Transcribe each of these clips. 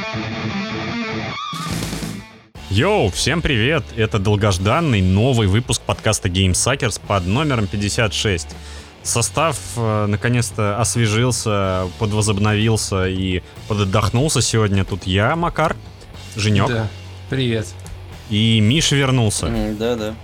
Йоу, всем привет! Это долгожданный новый выпуск подкаста GameSuckers под номером 56. Состав наконец-то освежился, подвозобновился и подотдохнулся сегодня. Тут я, Макар, Женек. Да, привет. И Миша вернулся. Да.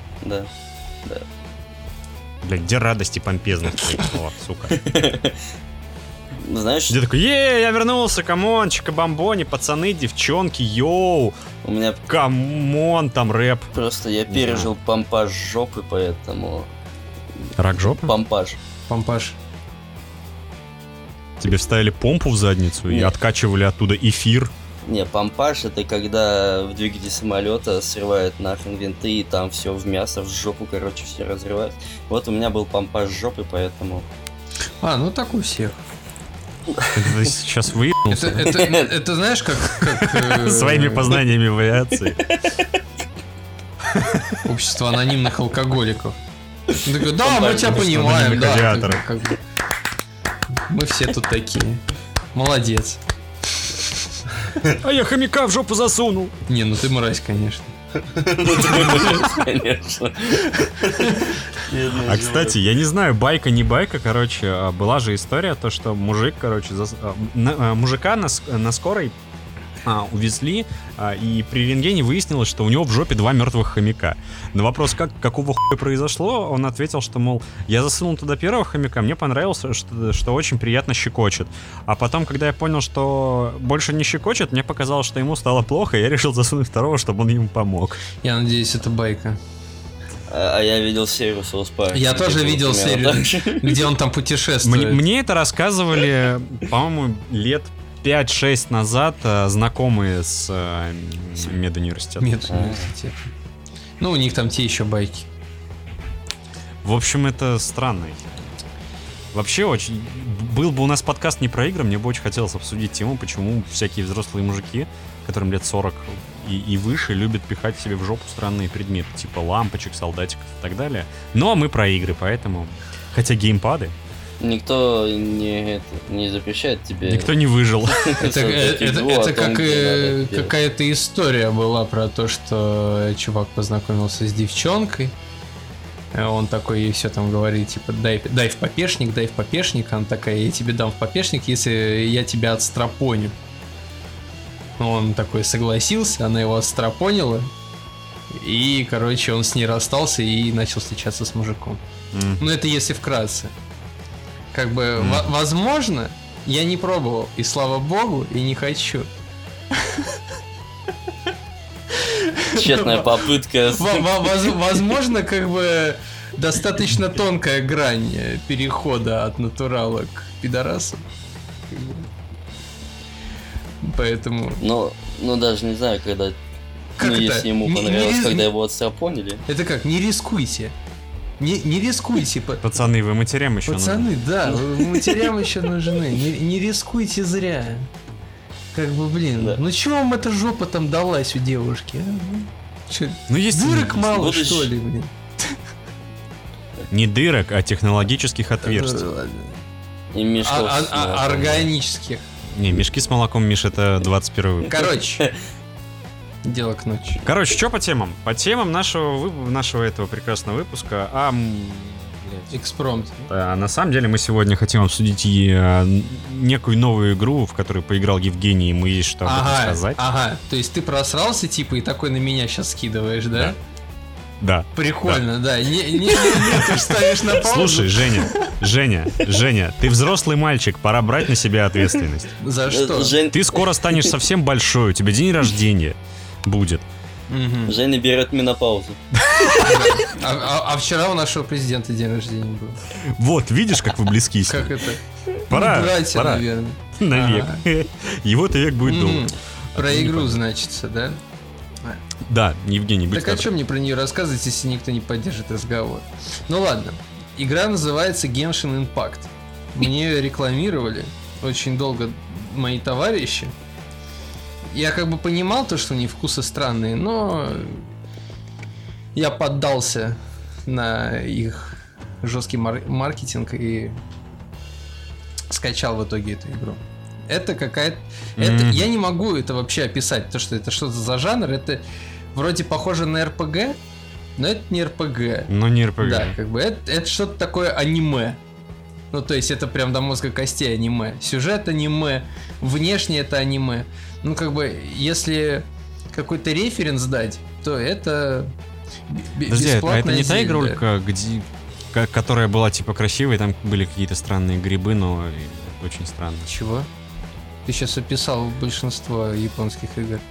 Блядь, где радость и помпезность в твоих словах, сука? Знаешь, Где такой, я вернулся, камон, чика-бомбони, пацаны, девчонки, йоу. у меня Камон, там рэп. просто я пережил помпаж жопы, поэтому... Рак жопы? Помпаж. Помпаж. Тебе вставили помпу в задницу и Нет. откачивали оттуда эфир. Не, помпаж это когда в двигателе самолета срывают нахрен винты, и там все в мясо, в жопу, короче, все разрывают. Вот у меня был помпаж жопы, поэтому... Ну так у всех. Ты сейчас выебнулся Это знаешь, как своими познаниями в авиации. общество анонимных алкоголиков. Он такой, да, мы Помпаж, тебя общество понимаем, анонимных да. авиаторов. как бы. Мы все тут такие. Молодец. А я хомяка в жопу засунул. Не, ну ты мразь, конечно. Конечно. А, кстати, я не знаю, байка, не байка, короче, была же история, то, что мужик, короче, мужика на скорой увезли, и при рентгене выяснилось, что у него в жопе 2 мертвых хомяка. На вопрос, какого хуя произошло, он ответил, что, мол, я засунул туда первого хомяка, мне понравилось, что очень приятно щекочет. А потом, когда я понял, что больше не щекочет, мне показалось, что ему стало плохо, и я решил засунуть второго, чтобы он ему помог. Я надеюсь, это байка. А я видел серию South Park. Я тоже видел серию, где он там путешествует. Мне это рассказывали, по-моему, лет 5-6 назад знакомые с медуниверситета. Медуниверситет. Ну, у них там те еще байки. В общем, это странно. Вообще, очень... Был бы у нас подкаст не про игры, мне бы очень хотелось обсудить тему, почему всякие взрослые мужики, которым лет 40 и выше, любят пихать себе в жопу странные предметы, типа лампочек, солдатиков и так далее. Но мы про игры, поэтому... Хотя геймпады... Никто не запрещает тебе... Никто не выжил. Это как какая-то история была про то, что чувак познакомился с девчонкой. Он такой ей все там говорит, типа, дай в попешник. Она такая, я тебе дам в попешник, если я тебя отстрапоню. Он такой согласился, она его отстрапонила. И, короче, он с ней расстался и начал встречаться с мужиком. Ну, это если вкратце. Как бы, возможно, я не пробовал, и слава богу, и не хочу. Тщетная попытка. Возможно, как бы, достаточно тонкая грань перехода от натурала к пидорасу. Поэтому... Ну, даже не знаю, когда... Как это? Если ему понравилось, когда его отстрапонили. Это как? Не рискуйте. Не рискуйте. Пацаны, вы матерям еще Пацаны, да, матерям еще нужны. Не рискуйте зря. Как бы, блин, Да. ну чего вам эта жопа там далась у девушки? Ну, есть Дырок мало, Будешь- что ли, блин? не дырок, а технологических отверстий. И мешков. с молоком. Органических. Не, мешки с молоком, Миш, это 21 выпуск. Короче, дело к ночи. Короче, что по темам? По темам нашего этого прекрасного выпуска. Экспромт. На самом деле мы сегодня хотим обсудить некую новую игру, в которую поиграл Евгений, и мы есть что об этом сказать. Ага, то есть ты просрался, типа, и такой на меня сейчас скидываешь, да? Да. Прикольно, да. Не, ты ж ставишь на паузу. Слушай, Женя, ты взрослый мальчик, пора брать на себя ответственность. За что? Ты скоро станешь совсем большой, у тебя день рождения будет. Мгм. Женя берет менопаузу. А вчера у нашего президента день рождения был. Вот, видишь, как вы близки с ним? Как это? Пора, Ну, братья, пора. наверное. Навек. Его-то век будет долго. Мгм. Про игру, значится, да? Да, Евгений, будь Так о добр. чем мне про нее рассказывать, если никто не поддержит разговор? Ну ладно. Игра называется Genshin Impact. Мне ее рекламировали очень долго мои товарищи. Я как бы понимал то, что у них вкусы странные, но я поддался на их жесткий маркетинг и скачал в итоге эту игру. Это какая-то... Я не могу это вообще описать, то, что это что-то за жанр. Это вроде похоже на РПГ, но это не РПГ. Но не РПГ. Да, как бы это что-то такое аниме. Ну, то есть это прям до мозга костей аниме. Сюжет аниме, внешне это аниме. Ну, как бы, если какой-то референс дать, то это бесплатная это не та игрулька, которая была типа красивой, там были какие-то странные грибы, но очень странно. Чего? Ты сейчас описал большинство японских игр.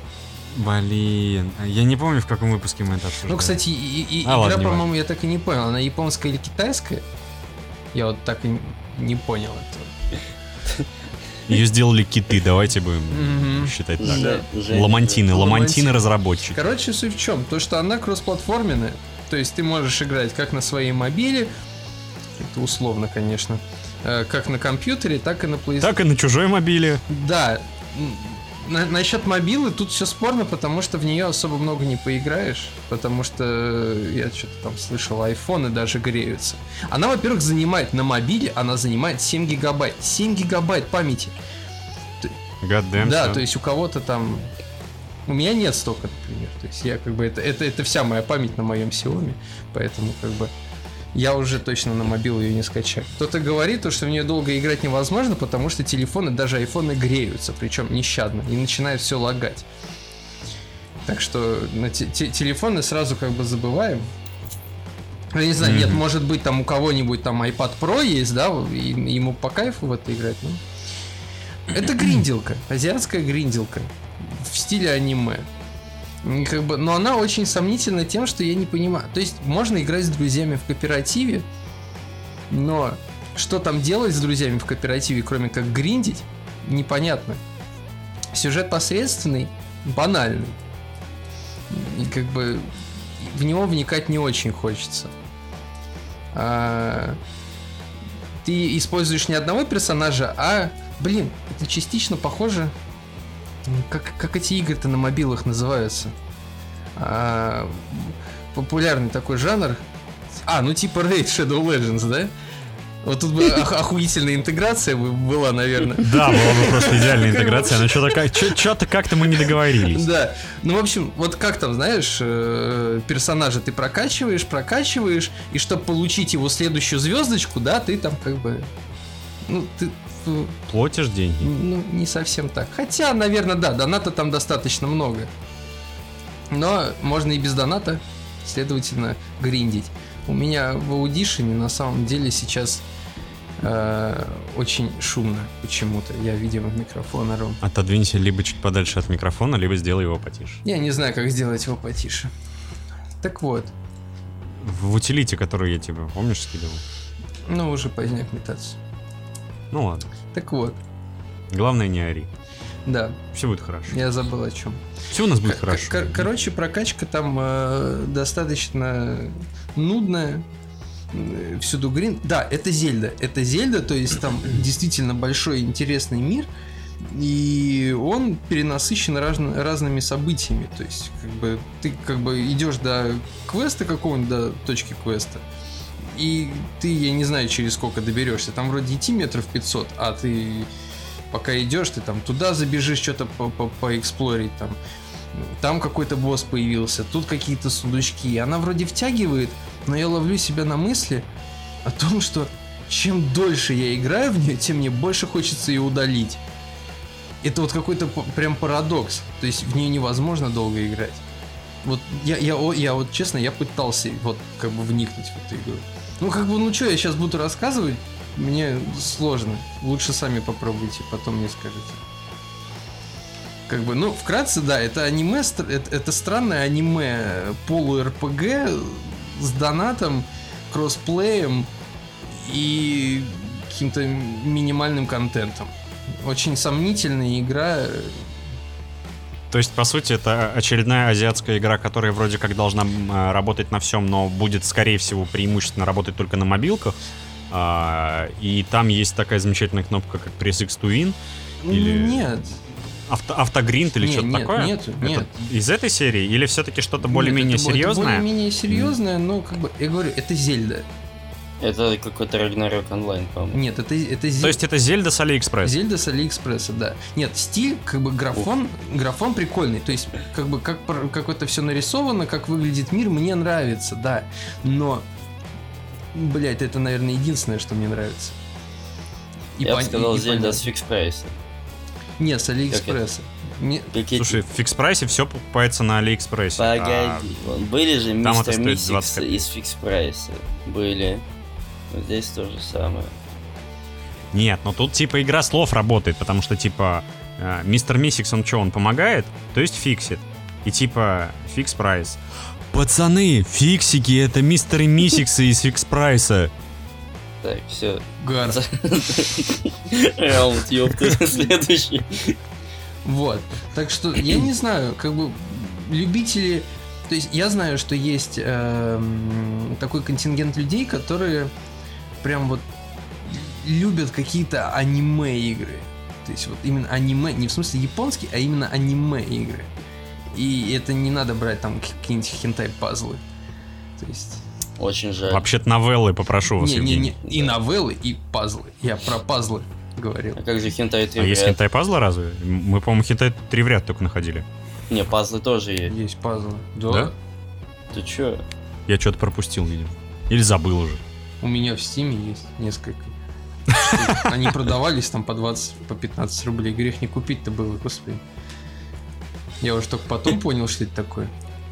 Блин, я не помню, в каком выпуске мы это обсуждали. Ну, кстати, игра, по-моему, я так и не понял, она японская или китайская? Я вот так и не понял этого. Ее сделали киты, давайте будем считать так. Ламантины разработчики. Короче, суть в чем? То, что она кроссплатформенная, то есть ты можешь играть как на своей мобиле, это условно, конечно, как на компьютере, так и на PlayStation. Так и на чужой мобиле. Да. Насчет мобилы тут все спорно, потому что в нее особо много не поиграешь, потому что я что-то там слышал, айфоны даже греются. Она, во-первых, занимает на мобиле, она занимает 7 гигабайт. 7 гигабайт памяти. Goddamn, да, so. То есть у кого-то там... У меня нет столько, например. То есть я как бы... Это вся моя память на моем Xiaomi, поэтому как бы... Я уже точно на мобилу ее не скачаю. Кто-то говорит, что в нее долго играть невозможно, потому что телефоны, даже айфоны, греются, причем нещадно, и начинает все лагать. Так что на телефоны сразу как бы забываем. Я не знаю, нет, может быть, там у кого-нибудь там iPad Pro есть, да, и ему по кайфу в это играть. Ну. Это гринделка, азиатская гринделка в стиле аниме. Как бы, но она очень сомнительна тем, что я не понимаю. То есть можно играть с друзьями в кооперативе, но что там делать с друзьями в кооперативе, кроме как гриндить, непонятно. Сюжет посредственный, банальный. И как бы в него вникать не очень хочется. Ты используешь не одного персонажа, а, блин, это частично похоже... Как эти игры-то на мобилах называются? Популярный такой жанр. Ну типа Raid Shadow Legends, да? Вот тут бы охуительная интеграция была, наверное. Да, была бы просто идеальная интеграция, но что-то как-то мы не договорились. Да, ну в общем, вот как там, знаешь, персонажа ты прокачиваешь, и чтобы получить его следующую звездочку, да, ты там как бы... Ну, ты... Платишь деньги? Ну, не совсем так. Хотя, наверное, да, доната там достаточно много. Но можно и без доната, следовательно, гриндить. У меня в Audition на самом деле сейчас очень шумно почему-то. Я, видимо, микрофон ору. Отодвинься либо чуть подальше от микрофона, либо сделай его потише. Я не знаю, как сделать его потише. Так вот. В утилите, которую я тебе, помнишь, скидывал? Ну, уже поздняк метаться. Ну ладно. Так вот. Главное, не ори. Да. Все будет хорошо. Я забыл о чем. Все у нас будет хорошо. Короче, прокачка там достаточно нудная. Всюду грин. Да, это Зельда. Это Зельда, то есть там действительно большой интересный мир. И он перенасыщен разными событиями. То есть, как бы, ты как бы идешь до квеста какого-нибудь, до точки квеста. И ты, я не знаю, через сколько доберешься. Там вроде идти метров 500, а ты пока идешь, ты там туда забежишь, что-то поэксплорить там. Там какой-то босс появился, тут какие-то сундучки. Она вроде втягивает, но я ловлю себя на мысли о том, что чем дольше я играю в нее, тем мне больше хочется ее удалить. Это вот какой-то прям парадокс. То есть в нее невозможно долго играть. Вот я вот честно, я пытался вот как бы вникнуть в эту игру. Ну как бы, ну что, я сейчас буду рассказывать, мне сложно. Лучше сами попробуйте, потом мне скажите. Как бы, ну, вкратце, да, это аниме, это странное аниме полу-РПГ с донатом, кроссплеем и каким-то минимальным контентом. Очень сомнительная игра. То есть, по сути, это очередная азиатская игра, которая вроде как должна работать на всем, но будет, скорее всего, преимущественно работать только на мобилках. И там есть такая замечательная кнопка, как Press X to Win. Или... Нет. Автогринд или что-то такое? Нет. Из этой серии? Или все-таки что-то более-менее серьезное? Это более-менее серьезное, но, как бы, я говорю, это Зельда. Это какой-то Ragnarok онлайн, по-моему. Нет, это То есть это Зельда с Алиэкспресс? Зельда с Алиэкспресса, да. Нет, стиль, как бы графон прикольный. То есть, как бы, как это все нарисовано, как выглядит мир, мне нравится, да. Но, блядь, это, наверное, единственное, что мне нравится. Я бы сказал, Зельда с фикс-прайса. Нет, с Алиэкспресса. Слушай, в фикс-прайсе все покупается на Алиэкспрессе. Погоди, были же Мистер Миссикс из фикс-прайса. Были. Здесь то же самое. Нет, но тут типа игра слов работает, потому что типа Мистер Миссикс, он что, он помогает, то есть фиксит. И типа фикс-прайс. Пацаны, фиксики — это мистеры Миссиксы из фикс-прайса. Так, все. Гард. Раунд, ёпта, следующий. Вот. Так что, я не знаю, как бы любители... То есть я знаю, что есть такой контингент людей, которые прям вот любят какие-то аниме-игры. То есть вот именно аниме, не в смысле японский, а именно аниме-игры. И это не надо брать там какие-нибудь хентай-пазлы. То есть... Очень жаль. Вообще-то новеллы попрошу вас, Евгений. Не, и новеллы, и пазлы. Я про пазлы говорил. А как же хентай 3 в ряд? А есть хентай-пазлы разве? Мы, по-моему, хентай 3 в ряд только находили. Не, пазлы тоже есть. Есть пазлы. Да? Ты чё? Я что-то пропустил, видимо. Или забыл уже. У меня в Стиме есть несколько. Они продавались там по 20, по 15 рублей. Грех не купить-то было, господи. Я уже только потом понял, что это такое.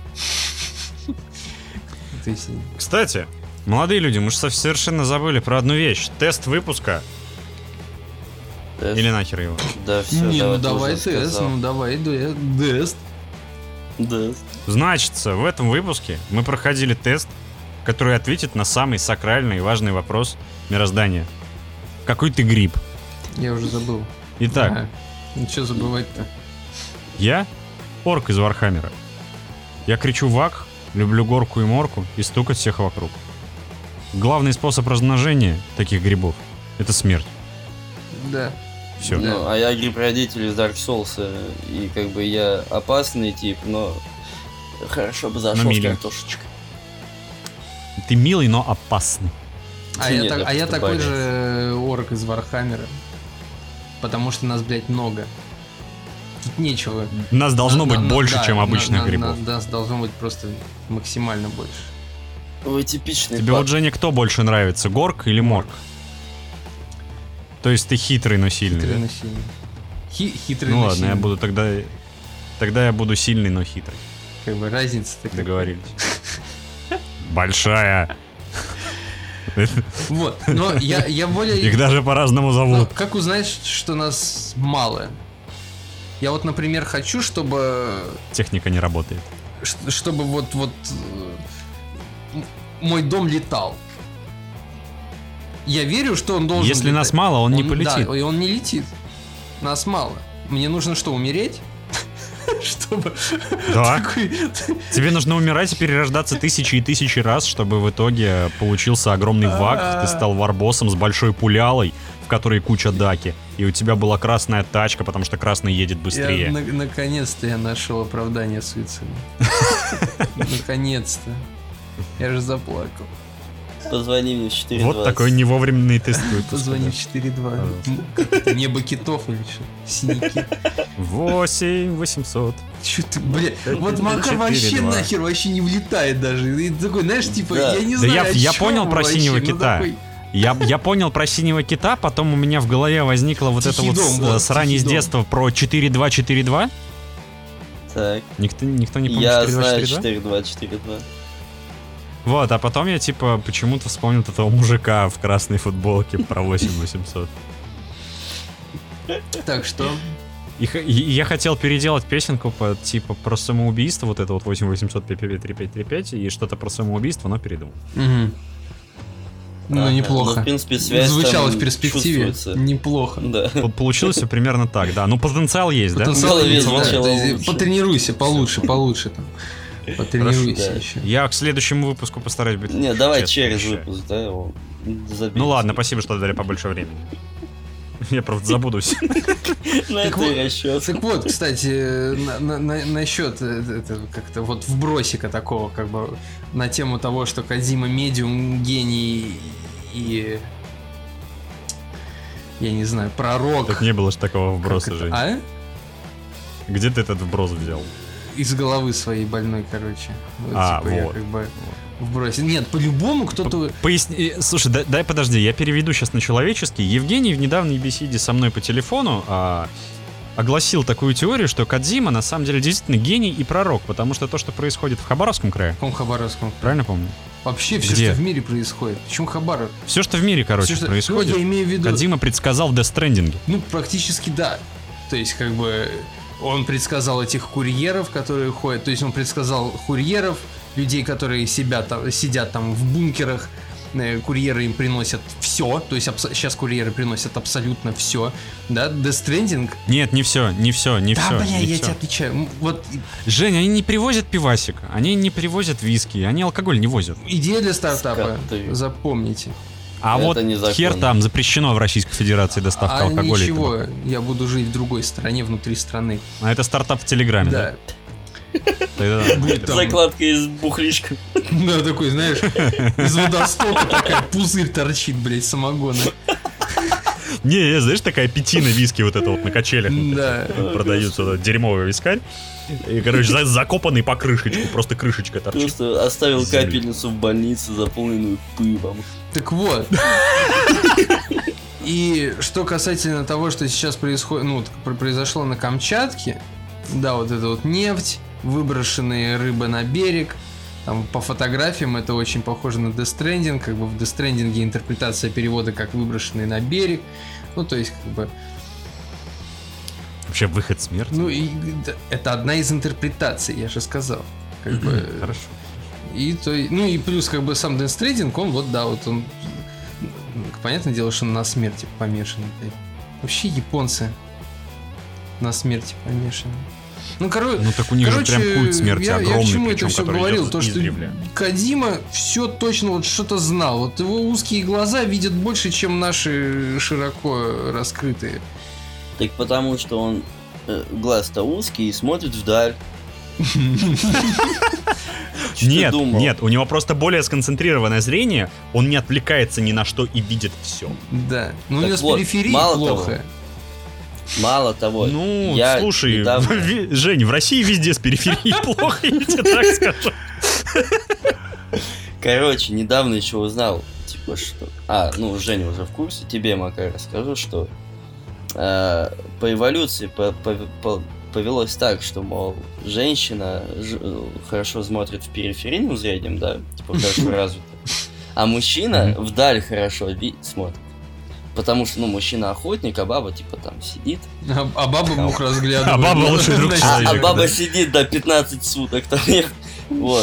Кстати, молодые люди, мы же совершенно забыли про одну вещь. Тест выпуска. Тест. Или нахер его? Да, все, не, ну давай тест, ну давай тест. Да. Значится, в этом выпуске мы проходили тест, который ответит на самый сакральный и важный вопрос мироздания. Какой ты гриб? Я уже забыл. Итак. Ну что забывать-то? Я орк из Вархаммера. Я кричу вак, люблю горку и морку и стукать всех вокруг. Главный способ размножения таких грибов — это смерть. Да. Все. Ну, а я гриб-родитель из Dark Souls, и как бы я опасный тип, но хорошо бы зашел с картошечкой. Ты милый, но опасный. А я такой же орк из Вархаммера. Потому что нас, блядь, много. Тут нечего. Нас должно быть больше, чем обычных грибов. Нас должно быть просто максимально больше. Вы типичный. Тебе вот, Женя, кто больше нравится, горк или морк? То есть ты хитрый, но сильный. Хитрый, да? но сильный. Хитрый, ну но ладно, сильный. я буду тогда я буду сильный, но хитрый. Как бы разница такая. Договорились. Большая. Вот, но я более... Их даже по-разному зовут. Как узнать, что нас мало? Я вот, например, хочу, чтобы... Техника не работает. Чтобы вот мой дом летал. Я верю, что он должен Если летать. нас мало, он не полетит. Да, и он не летит. Нас мало. Мне нужно что, умереть? Чтобы... Да. Тебе нужно умирать и перерождаться тысячи и тысячи раз, чтобы в итоге получился огромный вак, ты стал варбоссом с большой пулялой, в которой куча даки, и у тебя была красная тачка, потому что красный едет быстрее. Наконец-то я нашел оправдание суицида. Наконец-то. Я же заплакал. Позвони мне в 4.20. Вот такой невовременный тест. Позвони в 4.2. Небо китов или что? Синяки. 8800. Чё ты, бля, вот Макар вообще нахер вообще не влетает даже. И такой, знаешь, типа, я не знаю, да я понял про синего кита. Я понял про синего кита, потом у меня в голове возникла вот эта вот срань из детства про 4-2-4-2. Так. Никто не помнит 4-2-4-2? Я знаю 4-2-4-2. Вот, а потом я типа почему-то вспомнил этого мужика в красной футболке про 8800. Так что? И я хотел переделать песенку типа про самоубийство, вот это вот 8800 3535 и что-то про самоубийство, но передумал. Ну, неплохо. Ну, в принципе, связь звучало в перспективе. Чувствуется. Неплохо. Да. Получилось все примерно так, да. Ну, потенциал есть, да? Потенциал есть, да. Потренируйся получше там. Потренируйся еще. Я к следующему выпуску постараюсь быть. Не, давай через выпуск, да? Ну ладно, спасибо, что дали побольше времени. Я просто забудусь. Так вот, кстати, насчет как-то вот вбросика такого, как бы на тему того, что Кодзима медиум, гений и... Я не знаю, пророк. Так не было ж такого вброса, Жень. А? Где ты этот вброс взял? Из головы своей больной, короче. Вот, вот. Я как бы вбросил. Нет, по-любому кто-то... Поясни... Слушай, дай подожди, я переведу сейчас на человеческий. Евгений в недавней беседе со мной по телефону огласил такую теорию, что Кодзима на самом деле действительно гений и пророк, потому что то, что происходит в Хабаровском крае... В каком Хабаровском? Правильно помню? Вообще все, Где? что в мире происходит. Почему Хабаров? Все, что в мире, короче, Всё, происходит, ну, я имею в виду... Кодзима предсказал в Death Stranding. Ну, практически да. То есть, как бы, он предсказал этих курьеров, которые ходят. То есть, он предсказал курьеров, людей, которые сидят там в бункерах. Курьеры им приносят все. То есть, сейчас курьеры приносят абсолютно все. Да, Death Stranding... Нет, не все. Да, бля, я тебе отвечаю. Вот... Жень, они не привозят пивасик, они не привозят виски, они алкоголь не возят. Идея для стартапа, запомните. А это вот незаконно. Хер там, запрещено в Российской Федерации доставка алкоголя. Ничего, я буду жить в другой стране, внутри страны. А это стартап в Телеграме, да? Будет там... Закладка из бухлишка. Да, такой, знаешь, из водостока такая пузырь торчит, блядь, самогона. Не, знаешь, такая пятина виски вот это вот на качелях. Да. Продаются вот дерьмовый вискарь. И, короче, закопанный по крышечку, просто крышечка торчит. Просто оставил капельницу в больнице, заполненную пылом. Так вот. И что касательно того, что сейчас происходит, ну, произошло на Камчатке, да, вот эта вот нефть, выброшенные рыбы на берег, там по фотографиям это очень похоже на Death Stranding, как бы в Death Stranding интерпретация перевода как выброшенные на берег, ну, то есть, как бы... Вообще выход смерти. Ну, и это одна из интерпретаций, я же сказал. Как бы... Хорошо. И то, ну и плюс как бы сам Death Stranding, он вот, да, вот он... Понятное дело, что он на смерти помешан. Вообще японцы на смерти помешаны. Ну, ну так у них же прям культ смерти огромный, я к чему причем, это все который говорил, идет то, что издревле. Кодзима все точно вот что-то знал. Вот его узкие глаза видят больше, чем наши широко раскрытые. Так потому что он глаз-то узкий и смотрит вдаль. Нет, у него просто более сконцентрированное зрение, он не отвлекается ни на что и видит все. Да, но у него с периферии плохо. Мало того, ну, слушай, Жень, в России везде с периферии плохо, я тебе так скажу. Короче, недавно еще узнал, типа что... ну, Женя уже в курсе, тебе, Макар, расскажу, что по эволюции повелось так, что, мол, женщина хорошо смотрит в периферийном зрением, да, типа хорошо развита, а мужчина вдаль хорошо смотрит. Потому что, ну, мужчина охотник, а баба, типа, там сидит. А баба мух разглядывает. А баба лучший друг человека. А баба сидит до 15 суток там. Вот.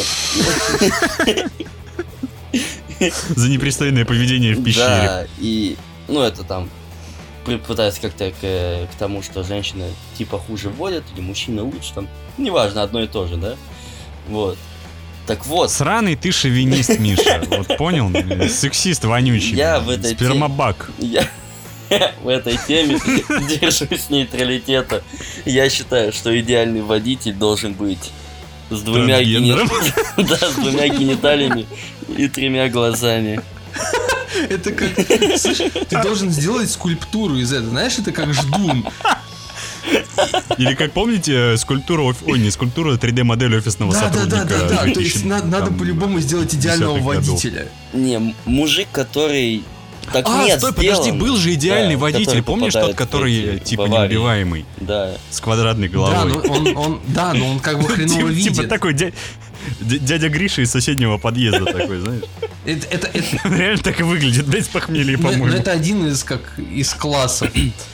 За непристойное поведение в пещере. Да, и, ну, это там пытается как-то к тому, что женщины типа хуже водят, или мужчины лучше, там, неважно, одно и то же, да? Вот. Так вот. Сраный ты шовинист, Миша. Вот понял? Сексист вонючий. Я в этой спермобак. Я в этой теме держусь нейтралитета. Я считаю, что идеальный водитель должен быть с двумя гениталиями и 3 глазами. Это как... Слушай, ты должен сделать скульптуру из этого. Знаешь, это как ждун. Или как помните скульптуру, не скульптуру, 3D-модель офисного сотрудника. Да. То есть надо по-любому сделать идеального водителя. Не, мужик, который... Стой, подожди, был же идеальный водитель. Помнишь тот, который типа неубиваемый? Да. С квадратной головой. Да, но он как бы хреново видит. Типа такой дядя Гриша из соседнего подъезда такой, знаешь. Это реально так и выглядит, без похмелья, по-моему. Но это один из классов.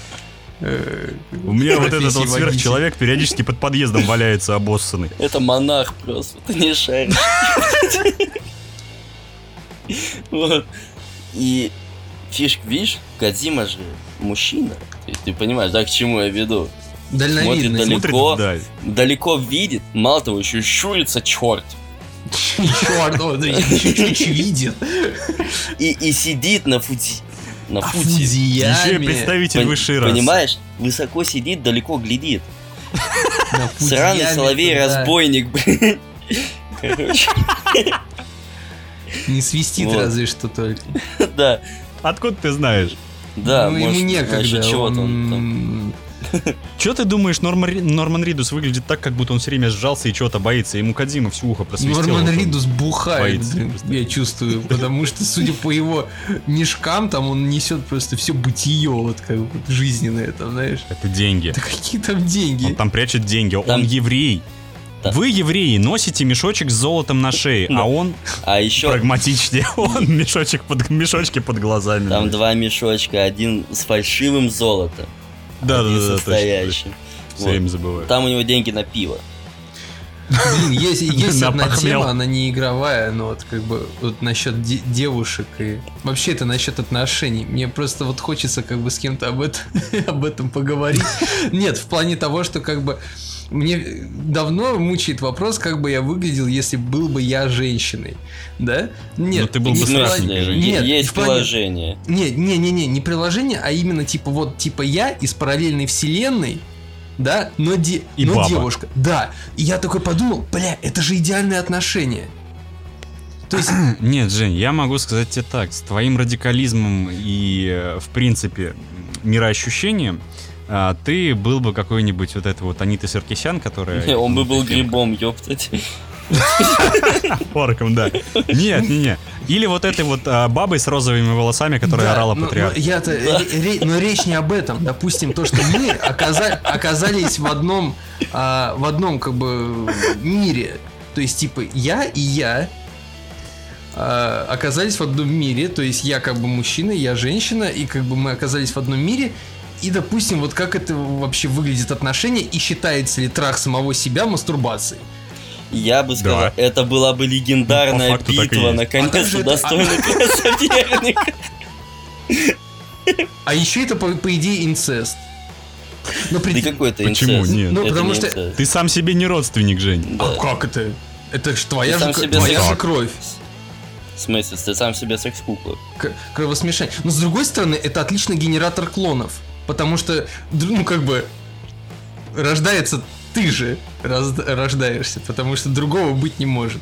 У меня вот этот вот сверхчеловек периодически под подъездом валяется обоссанный. Это монах просто, ты не шаришь. Вот. И фишка, видишь, Кодзима же мужчина. Ты понимаешь, да, к чему я веду? Дальновидный. Далеко видит, мало того, еще щурится черт. Черт, он еще видит. И сидит на фузи. Еще и представитель высшей расы. Понимаешь, высоко сидит, далеко глядит. Сраный соловей-разбойник, блин. Короче. Не свистит разве что только. Да. Откуда ты знаешь? Да, ну, ему некогда. Че ты думаешь, Норман Ридус выглядит так, как будто он все время сжался и чего-то боится? Ему Кодзима всё ухо просвистел. Норман Ридус бухает, блин, я чувствую. Потому что, судя по его мешкам, там он несет просто все бытие, вот как бы жизненное, там, знаешь. Это деньги. Да какие там деньги? Он там прячет деньги, он еврей. Вы, евреи, носите мешочек с золотом на шее, а он еще прагматичнее, он мешочки под глазами. Там 2 мешочка, один с фальшивым золотом. Да, настоящий. Все время забываю. Там у него деньги на пиво. Блин, есть одна тема, она не игровая, но вот как бы вот насчет девушек и вообще это насчет отношений. Мне просто вот хочется как бы с кем-то об этом поговорить. Нет, в плане того, что как бы мне давно мучает вопрос, как бы я выглядел, если был бы я женщиной, да? Нет. Но ты был бы страшненькой женщиной. Нет, есть приложение. Не приложение, а именно типа вот типа я из параллельной вселенной, да, но девушка. Да. И я такой подумал, бля, это же идеальные отношения. То есть... Нет, Жень, я могу сказать тебе так, с твоим радикализмом и, в принципе, мироощущением, ты был бы какой-нибудь вот это вот Анита Саркисян, которая... Не, он бы был грибом, ёптать. Орком, да. Нет. Или вот этой вот бабой с розовыми волосами, которая орала патриарх. Но речь не об этом. Допустим, то, что мы оказались в одном как бы мире. То есть, типа, я и я оказались в одном мире. То есть, я как бы мужчина, я женщина, и как бы мы оказались в одном мире. И, допустим, вот как это вообще выглядит отношения, и считается ли трах самого себя мастурбацией? Я бы сказал, это была бы легендарная битва, наконец-то достойная соперника. А еще это, по идее, инцест. Да какой-то инцест. Почему нет? Ну, потому что... Ты сам себе не родственник, Жень. А как это? Это же твоя же кровь. В смысле, ты сам себе секс-кукла. Кровосмешение. Но с другой стороны, это отличный генератор клонов. Потому что, ну, как бы, рождается ты же рождаешься, потому что другого быть не может.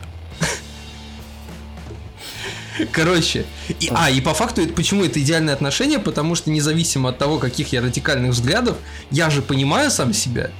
Короче, и по факту, почему это идеальное отношение? Потому что независимо от того, каких я радикальных взглядов, я же понимаю сам себя.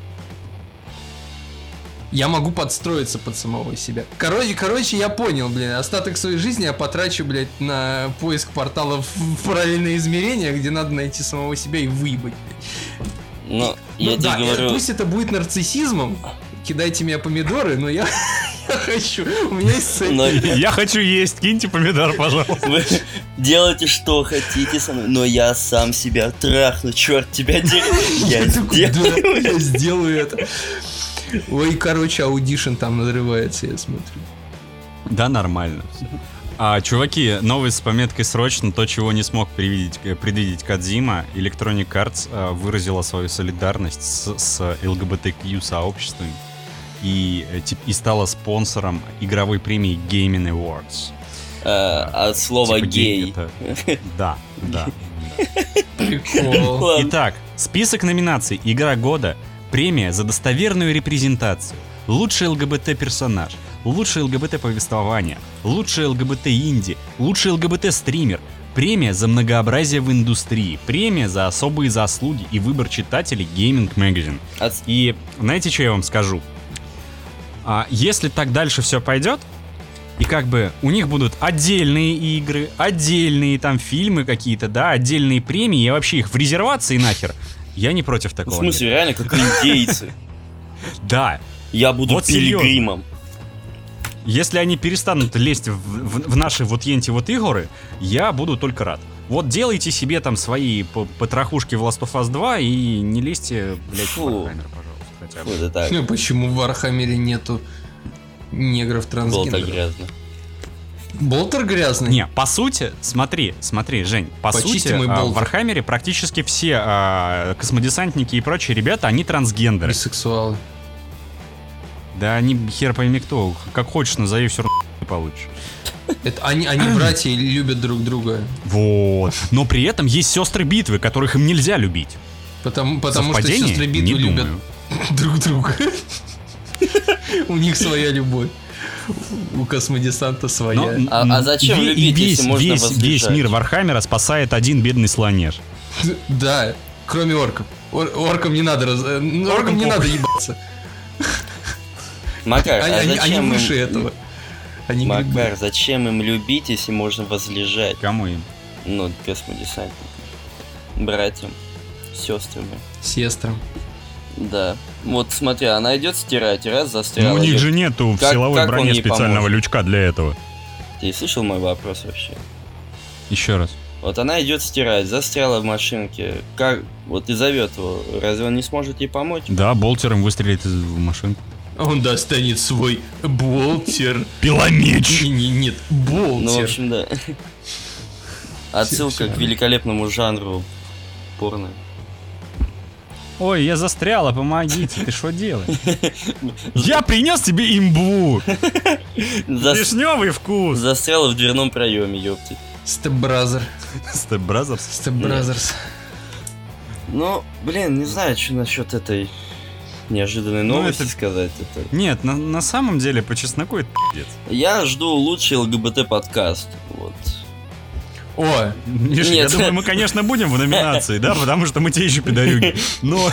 Я могу подстроиться под самого себя. Короче, я понял, блин, остаток своей жизни я потрачу, блядь, на поиск порталов в параллельные измерения, где надо найти самого себя и выебать, блядь. Ну, я тебе говорю... Пусть это будет нарциссизмом, кидайте меня помидоры, но я хочу, у меня есть цель. Я хочу есть, киньте помидор, пожалуйста. Вы делайте, что хотите со мной, но я сам себя трахну, черт тебя дери. Я сделаю это. Ой, короче, аудишн там надрывается, я смотрю. Да, нормально все. Чуваки, новость с пометкой «Срочно», то, чего не смог предвидеть Кодзима. Electronic Arts выразила свою солидарность с ЛГБТQ-сообществом и стала спонсором игровой премии Gaming Awards. От слова «гей». Да. Прикол. Итак, список номинаций: Игра года, премия за достоверную репрезентацию, лучший ЛГБТ-персонаж, лучшее ЛГБТ-повествование, лучшее ЛГБТ-инди, лучший ЛГБТ-стример, премия за многообразие в индустрии, премия за особые заслуги и выбор читателей Gaming Magazine. И знаете, что я вам скажу? Если так дальше все пойдет, и как бы у них будут отдельные игры, отдельные там фильмы какие-то, да, отдельные премии, и вообще их в резервации нахер, я не против такого. В смысле, реально, как индейцы. Да. Я буду пилигримом. Если они перестанут лезть в наши вот енти вот игры, я буду только рад. Вот делайте себе там свои потрохушки в Last of Us 2 и не лезьте, блядь, в Warhammer, пожалуйста, хотя бы. Вот это. Ну почему в Warhammer нету негров-трансгендеров? Болтер грязный. Болтер грязный? Не, по сути, смотри, Жень, по сути, в Warhammer практически все космодесантники и прочие ребята, они трансгендеры. Бисексуалы. Да они хер пойми кто, как хочешь назови, все равно не получишь. Это они братья и любят друг друга. Вот. Но при этом есть сестры битвы, которых им нельзя любить. Потому что сестры битвы любят друг друга. У них своя любовь. У космодесанта своя. А зачем любить, если можно возлежать? Весь мир Вархаммера спасает один бедный слонеж. Да, кроме орков. Оркам не надо оркам не надо ебаться. Макар, они выше этого. Макар, зачем им любить, если можно возлежать? Кому им? Ну, космодесантникам. Братьям, сестрам. Да. Вот смотри, она идет стирать, раз застряла. Но у них же нету в силовой броне специального лючка для этого. Ты слышал мой вопрос вообще? Еще раз. Вот она идет стирать, застряла в машинке. Как вот и зовет его, разве он не сможет ей помочь? Да, болтером выстрелит в машинку. Он достанет свой болтер. Пиломеч! Нет, болтер. Ну, в общем, да. Отсылка к великолепному жанру порно. Ой, я застряла, помогите, ты что делаешь? Я принес тебе имбу! Вишневый вкус! Застряла в дверном проеме, ёпты. Степ-бразер. Степ-бразерс? Степ-бразерс. Ну, блин, не знаю, что насчет этой неожиданной новости сказать. Это... Нет, на самом деле, по чесноку это пиздец. Я жду лучший ЛГБТ-подкаст, вот. О, Миша, я думаю, мы, конечно, будем в номинации, да, потому что мы те еще пидорюги. Но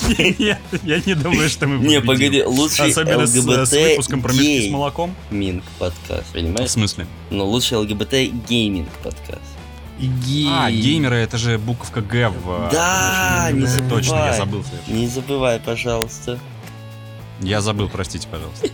я не думаю, что мы будем. Не, погоди, лучший особенно с выпуском про мешки с молоком. Гейминг подкаст, понимаешь? В смысле? Ну, лучший ЛГБТ гейминг подкаст. Геймеры, это же буковка Г в... Да, не забывай. Точно, я забыл. Не забывай, пожалуйста. Я забыл, простите, пожалуйста.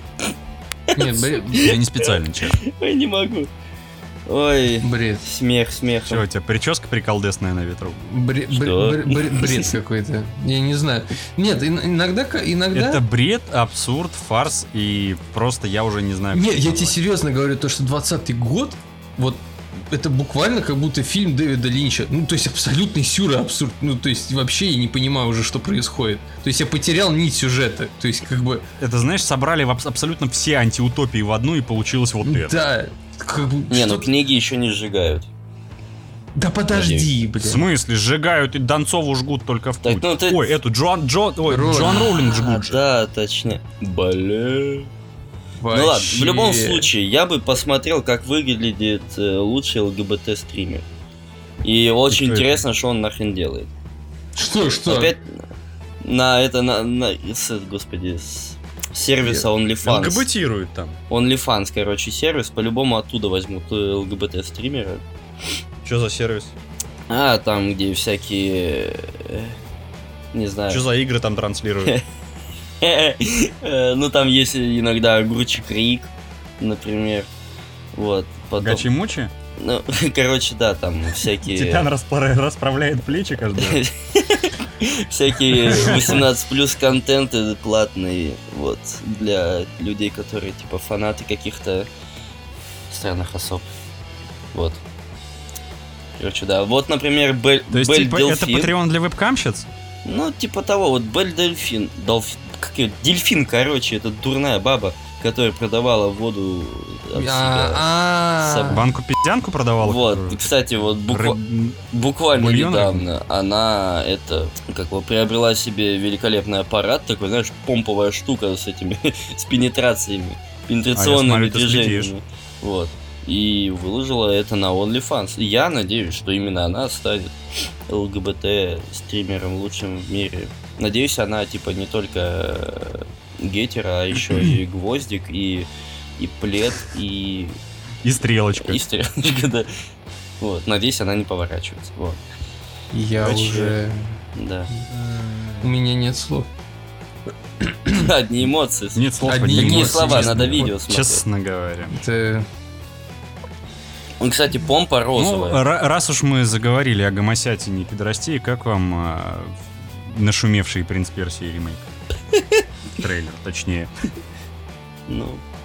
Нет, я не специально, честно. Ой, не могу. Ой, бред. Смех. Что, у тебя прическа приколдесная на ветру? Бред какой-то. Я не знаю. Нет, иногда... Это бред, абсурд, фарс, и просто я уже не знаю... Нет, я тебе серьезно говорю, то, что 20-й год, вот это буквально как будто фильм Дэвида Линча. Ну, то есть абсолютный сюр-абсурд. Ну, то есть вообще я не понимаю уже, что происходит. То есть я потерял нить сюжета. То есть как бы... Это, знаешь, собрали абсолютно все антиутопии в одну, и получилось вот это. Да. Не, ну книги еще не сжигают. Да подожди, блин. В смысле, сжигают и Донцову жгут только в путь. Ну, ты... Ой, эту Джоан Роулинг жгут же. Да, точно. Бля. Ну ладно, в любом случае, я бы посмотрел, как выглядит лучший ЛГБТ-стример. И очень интересно, что он нахрен делает. Что? Опять господи, с сервиса OnlyFans. ЛГБТируют там. OnlyFans, короче, сервис. По-любому оттуда возьмут ЛГБТ-стримера. Что за сервис? Там, где всякие... Не знаю. Что за игры там транслируют? Ну, там есть иногда огурчик Рик, например. Вот. Гачи-мучи? Ну, короче, да, там всякие... Титан расправляет плечи каждый раз. Всякие 18+ контенты платные, вот, для людей, которые, типа, фанаты каких-то странных особ. Вот. Короче, да. Вот, например, Бель Дельфин. То есть, типа, это Patreon для вебкамщиц? Ну, типа того, вот Бель Дельфин. Дельфин, короче, это дурная баба, которая продавала воду от себя. Банку-пиздянку продавала? Вот, кстати, вот буквально недавно она приобрела себе великолепный аппарат, такой, знаешь, помповая штука с этими, с пенетрациями, пенетрационными движениями. Вот. И выложила это на OnlyFans. И я надеюсь, что именно она станет ЛГБТ-стримером лучшим в мире. Надеюсь, она, типа, не только гетера, а еще и гвоздик, и плед, и... И стрелочка. И стрелочка, да. Вот, надеюсь, она не поворачивается. Вот. Я уже... Да. У меня нет слов. Одни эмоции. Нет слов. Какие слова? Надо видео смотреть. Честно говоря. Это... Кстати, помпа розовая. Ну, раз уж мы заговорили о гомосятине и пидорастии, как вам нашумевший «Принц Персии» ремейк? Трейлер, точнее. Ну...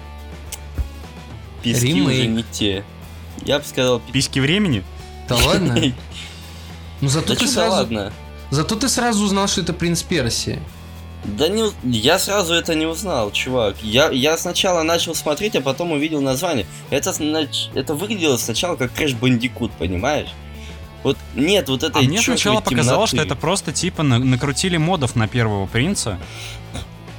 Писки уже не те. Я бы сказал... Письки времени? Да ладно? Ну зато ты сразу... ладно. Зато ты сразу узнал, что это «Принц Персии». Да не, я сразу это не узнал, чувак. Я сначала начал смотреть, а потом увидел название. Это выглядело сначала как Crash Bandicoot, понимаешь? Вот нет вот этой мне сначала показалось, что это просто типа накрутили модов на первого принца.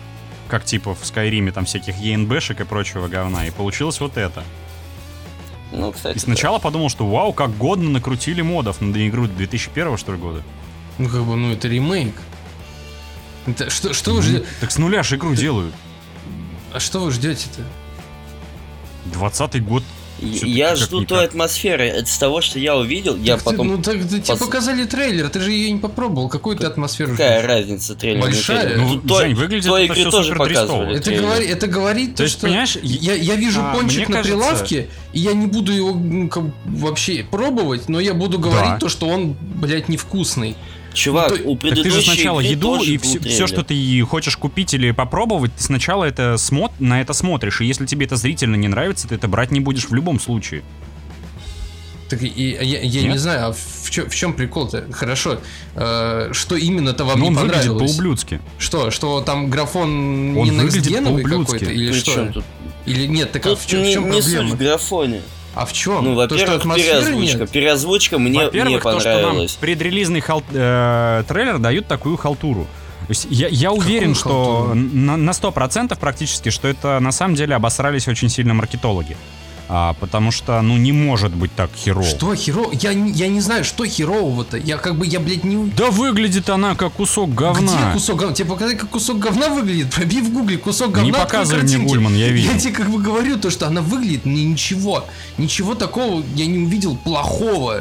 как типа в Скайриме, там всяких ЕНБшек и прочего говна, и получилось вот это. Ну, кстати, и сначала подумал, что вау, как годно накрутили модов на игру 2001 что ли года. Ну, как бы, ну, это ремейк. Это, что вы ждете? Так с нуля же игру делают. А что вы ждете-то? 20-й год. Я жду той атмосферы. Это с того, что я увидел, я потом... тебе показали трейлер, ты же ее не попробовал. Какую ты атмосферу ждешь? Какая разница, трейлер? Большая? Ну, Жень, выглядит это все тоже супер дрестово. Это говорит то, что... Понимаешь, я вижу пончик на прилавке, и я не буду его вообще пробовать, но я буду говорить то, что он, блядь, невкусный. Чувак, у предыдущей так ты же сначала еду и все, что ты хочешь купить или попробовать, ты сначала на это смотришь, и если тебе это зрительно не нравится, ты это брать не будешь в любом случае. Так я не знаю, а в чем прикол-то? Хорошо, что именно-то вам не понравилось? Он выглядит по-ублюдски. Что там графон не некстгеновый какой-то? Или что? Или нет, так в чем проблема? Не суть в графоне. А в чем? Ну, во-первых, переозвучка мне понравилась. То, что нам предрелизный трейлер дают такую халтуру. То есть я уверен, что на 100% практически, что это на самом деле обосрались очень сильно маркетологи. Потому что, не может быть так херово. Что херово? Я не знаю, что херового-то. Я, блядь, не... Да выглядит она как кусок говна. Где кусок говна? Тебе показать, как кусок говна выглядит? Пробей в гугле кусок говна. Не показывай мне, Гульман, я видел. Я тебе говорю то, что она выглядит, ничего. Ничего такого я не увидел плохого.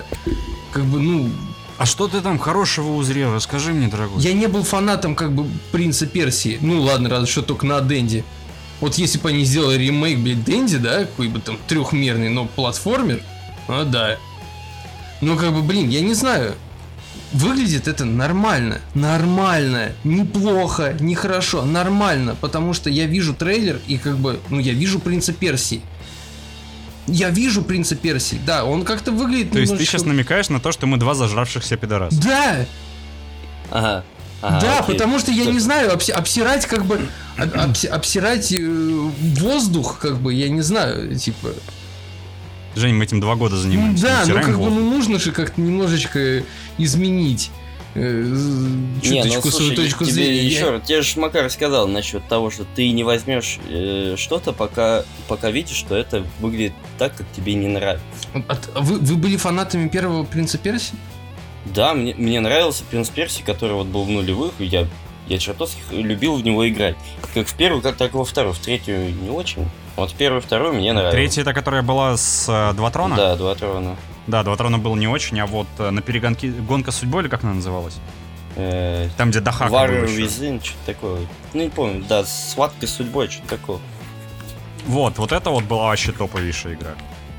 А что ты там хорошего узрел? Расскажи мне, дорогой. Я не был фанатом, Принца Персии. Ну ладно, разве что только на Денди. Вот если бы они сделали ремейк, блядь, Денди, да, какой бы там трехмерный, но платформер, да. Блин, я не знаю. Выглядит это нормально. Нормально. Неплохо, нехорошо. Нормально. Потому что я вижу трейлер и я вижу Принца Персии. Я вижу Принца Персии. Да, он как-то выглядит немножечко... То есть ты сейчас намекаешь на то, что мы два зажравшихся пидораса? Да! Ага, да, окей. потому что я не знаю, обсирать обсирать воздух, я не знаю, типа... Жень, мы этим 2 года занимаемся. Да, нужно же как-то немножечко изменить чуточку свою точку зрения. Еще раз, тебе же Макар сказал насчет того, что ты не возьмешь что-то, пока видишь, что это выглядит так, как тебе не нравится. Вы были фанатами первого Принца Персии? Да, мне нравился Принц Персии, который вот был в нулевых, и я чертовски любил в него играть. Как в первую, так и во вторую. В третью не очень. Вот в первую и вторую мне нравилось. Третья, это которая была с 2 трона? Да, 2 трона. Да, 2 трона был не очень, а вот на перегонке гонка судьбой, или как она называлась? Там, где Дахака был War еще. Within, что-то такое. Не помню, да, схватка с судьбой, что-то такое. Вот это вот была вообще топовейшая игра.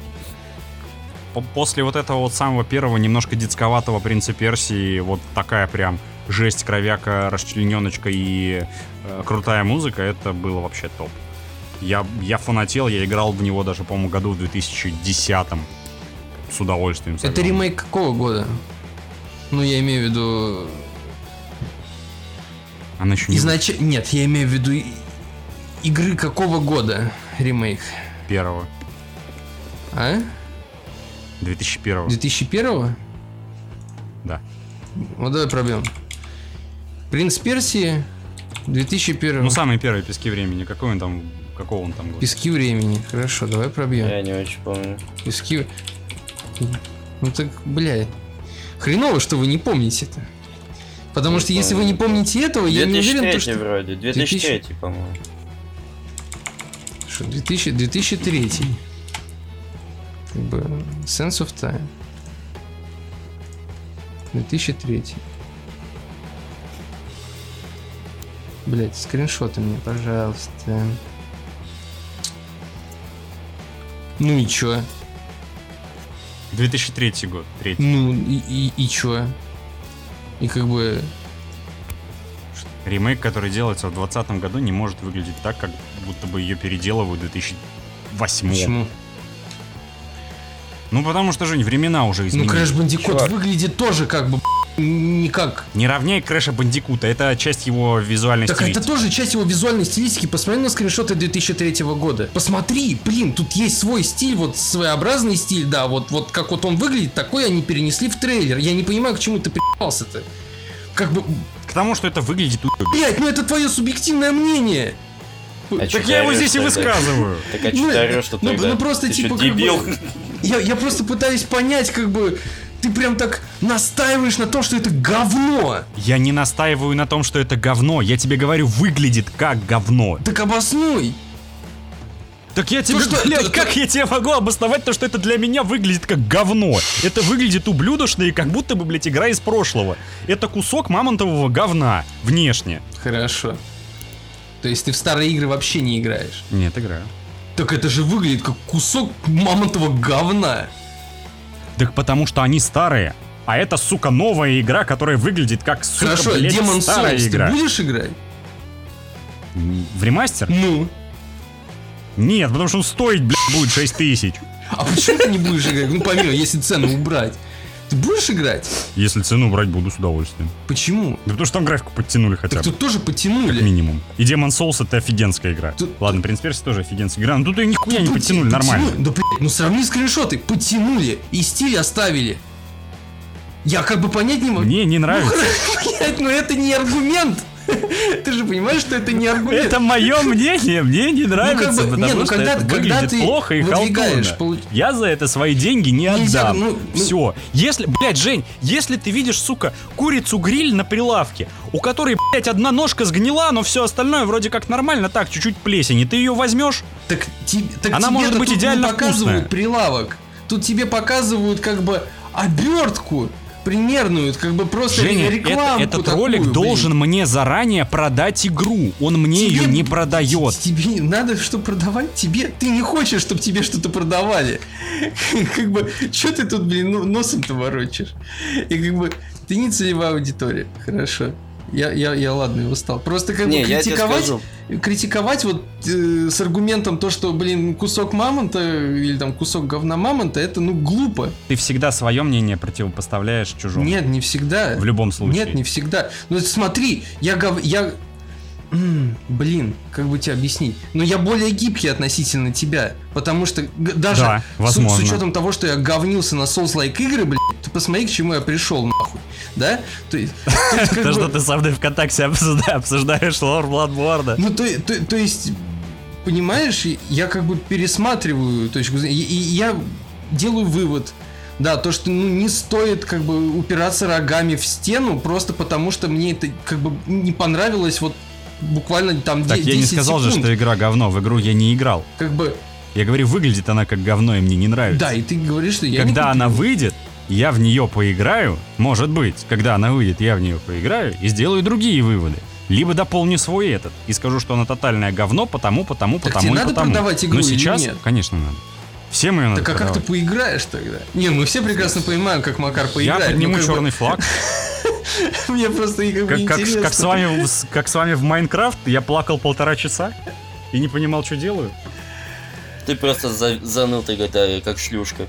После вот этого вот самого первого немножко детсковатого Принца Персии, вот такая прям жесть, кровяка, расчлененочка и крутая музыка, это было вообще топ. Я фанател, я играл в него даже, по-моему, году в 2010-м. С удовольствием. Это ремейк какого года? Я имею в виду... Она еще не... Нет, я имею в виду игры какого года ремейк? Первого. А? 2001. 2001? Да. Вот давай пробьем. Принц Персии 2001. Самые первые Пески времени. Какого он там год? Пески времени. Хорошо, давай пробьем. Я не очень помню. Пески... так, блядь. Хреново, что вы не помните это. Потому что если вы не помните этого, я не уверен, что... вроде. 2003, по-моему. Что, 2003. Sense of Time. 2003. Блять, скриншоты мне, пожалуйста. Ну и чё? 2003 год. 3. Ну и чё? И Ремейк, который делается в 2020 году, не может выглядеть так, как будто бы ее переделывают в 2008. Почему? Потому что, Жень, времена уже изменились. Crash Bandicoot выглядит тоже никак. Не равняй Крэша Бандикута, это часть его визуальной стилистики. Так это тоже часть его визуальной стилистики. Посмотри на скриншоты 2003 года. Посмотри, блин, тут есть свой стиль, вот своеобразный стиль, да, вот как вот он выглядит, такой они перенесли в трейлер. Я не понимаю, к чему ты приебался-то. К тому, что это выглядит... Блять, это твое субъективное мнение. Так я его здесь и высказываю. Так а что ты орешь, что тогда? Ну просто типа дебил. Я просто пытаюсь понять, как бы... Ты прям так настаиваешь на том, что это говно. Я не настаиваю на том, что это говно. Я тебе говорю, выглядит как говно. Так обоснуй. Так я тебе, как я тебе могу обосновать то, что это для меня выглядит как говно? Это выглядит ублюдочно и как будто бы, блядь, игра из прошлого. Это кусок мамонтового говна внешне. Хорошо. То есть ты в старые игры вообще не играешь? Нет, играю. Так это же выглядит как кусок мамонтового говна. Так потому что они старые. А это, сука, новая игра, которая выглядит как, сука, хорошо, блядь, Demon's старая Souls игра. Ты будешь играть? В ремастер? Ну? Нет, потому что он стоить, блядь, будет 6000. А почему ты не будешь играть? Ну помимо, если цену убрать. Ты будешь играть? Если цену брать, буду с удовольствием. Почему? Да потому что там графику подтянули хотя Так бы. тут тоже подтянули. Как минимум. И Demon's Souls это офигенская игра. Ладно, Принц Перси тоже офигенская игра, но тут ее нихуя не подтянули нормально. Да, блядь, ну сравни скриншоты. Подтянули и стиль оставили. Я как бы понять не могу. Мне не нравится. Блядь, ну это не аргумент. Ты же понимаешь, что это не аргумент. Это мое мнение, мне не нравится, потому что это выглядит плохо и халтурно. Я за это свои деньги не отдам. Все. Если, блядь, Жень, если ты видишь, сука, курицу-гриль на прилавке, у которой, блядь, одна ножка сгнила, но все остальное вроде как нормально, так, чуть-чуть плесени, ты ее возьмешь? Так она может быть идеально вкусная. Прилавок. Тут тебе показывают как бы обертку примерную, как бы просто Женя, рекламу. Этот такую, ролик должен мне заранее продать игру. Он мне ее не продает. Тебе надо что продавать? Ты не хочешь, чтобы тебе что-то продавали. Как бы, что ты тут, блин, носом-то ворочишь? И как бы, ты не целевая аудитория. Хорошо. Я ладно, я устал. Просто как бы критиковать вот с аргументом то, что, блин, кусок мамонта или там кусок говна мамонта, это, ну, глупо. Ты всегда свое мнение противопоставляешь чужому. Нет, не всегда. В любом случае. Нет, не всегда. Ну, смотри, блин, как бы тебе объяснить? Но я более гибкий относительно тебя, потому что даже с учетом того, что я говнился на Souls-like игры, блин, ты посмотри, к чему я пришел, нахуй, да? То что ты со мной ВКонтакте обсуждаешь лор Bloodborne. Ну, то есть, понимаешь, я как бы пересматриваю точку зрения, и я делаю вывод. Да, то, что не стоит как бы упираться рогами в стену, просто потому что мне это как бы не понравилось вот буквально там 10 секунд. Так я не сказал же, что игра говно, в игру я не играл. Как бы... Я говорю, выглядит она как говно, и мне не нравится. Да, и ты говоришь, что я когда она выйдет, я в нее поиграю, может быть, когда она выйдет, я в нее поиграю и сделаю другие выводы. Либо дополню свой этот и скажу, что она тотальное говно, потому так тебе надо продавать игру. Но сейчас, или нет? Конечно, надо. Всем ее надо так а продавать. как ты поиграешь тогда? Не, мы все прекрасно понимаем, как Макар поиграет. Я подниму черный флаг. Мне просто интересно. Как с вами в Майнкрафт, я плакал 1,5 часа и не понимал, что делаю. Ты просто занутый, как шлюшка.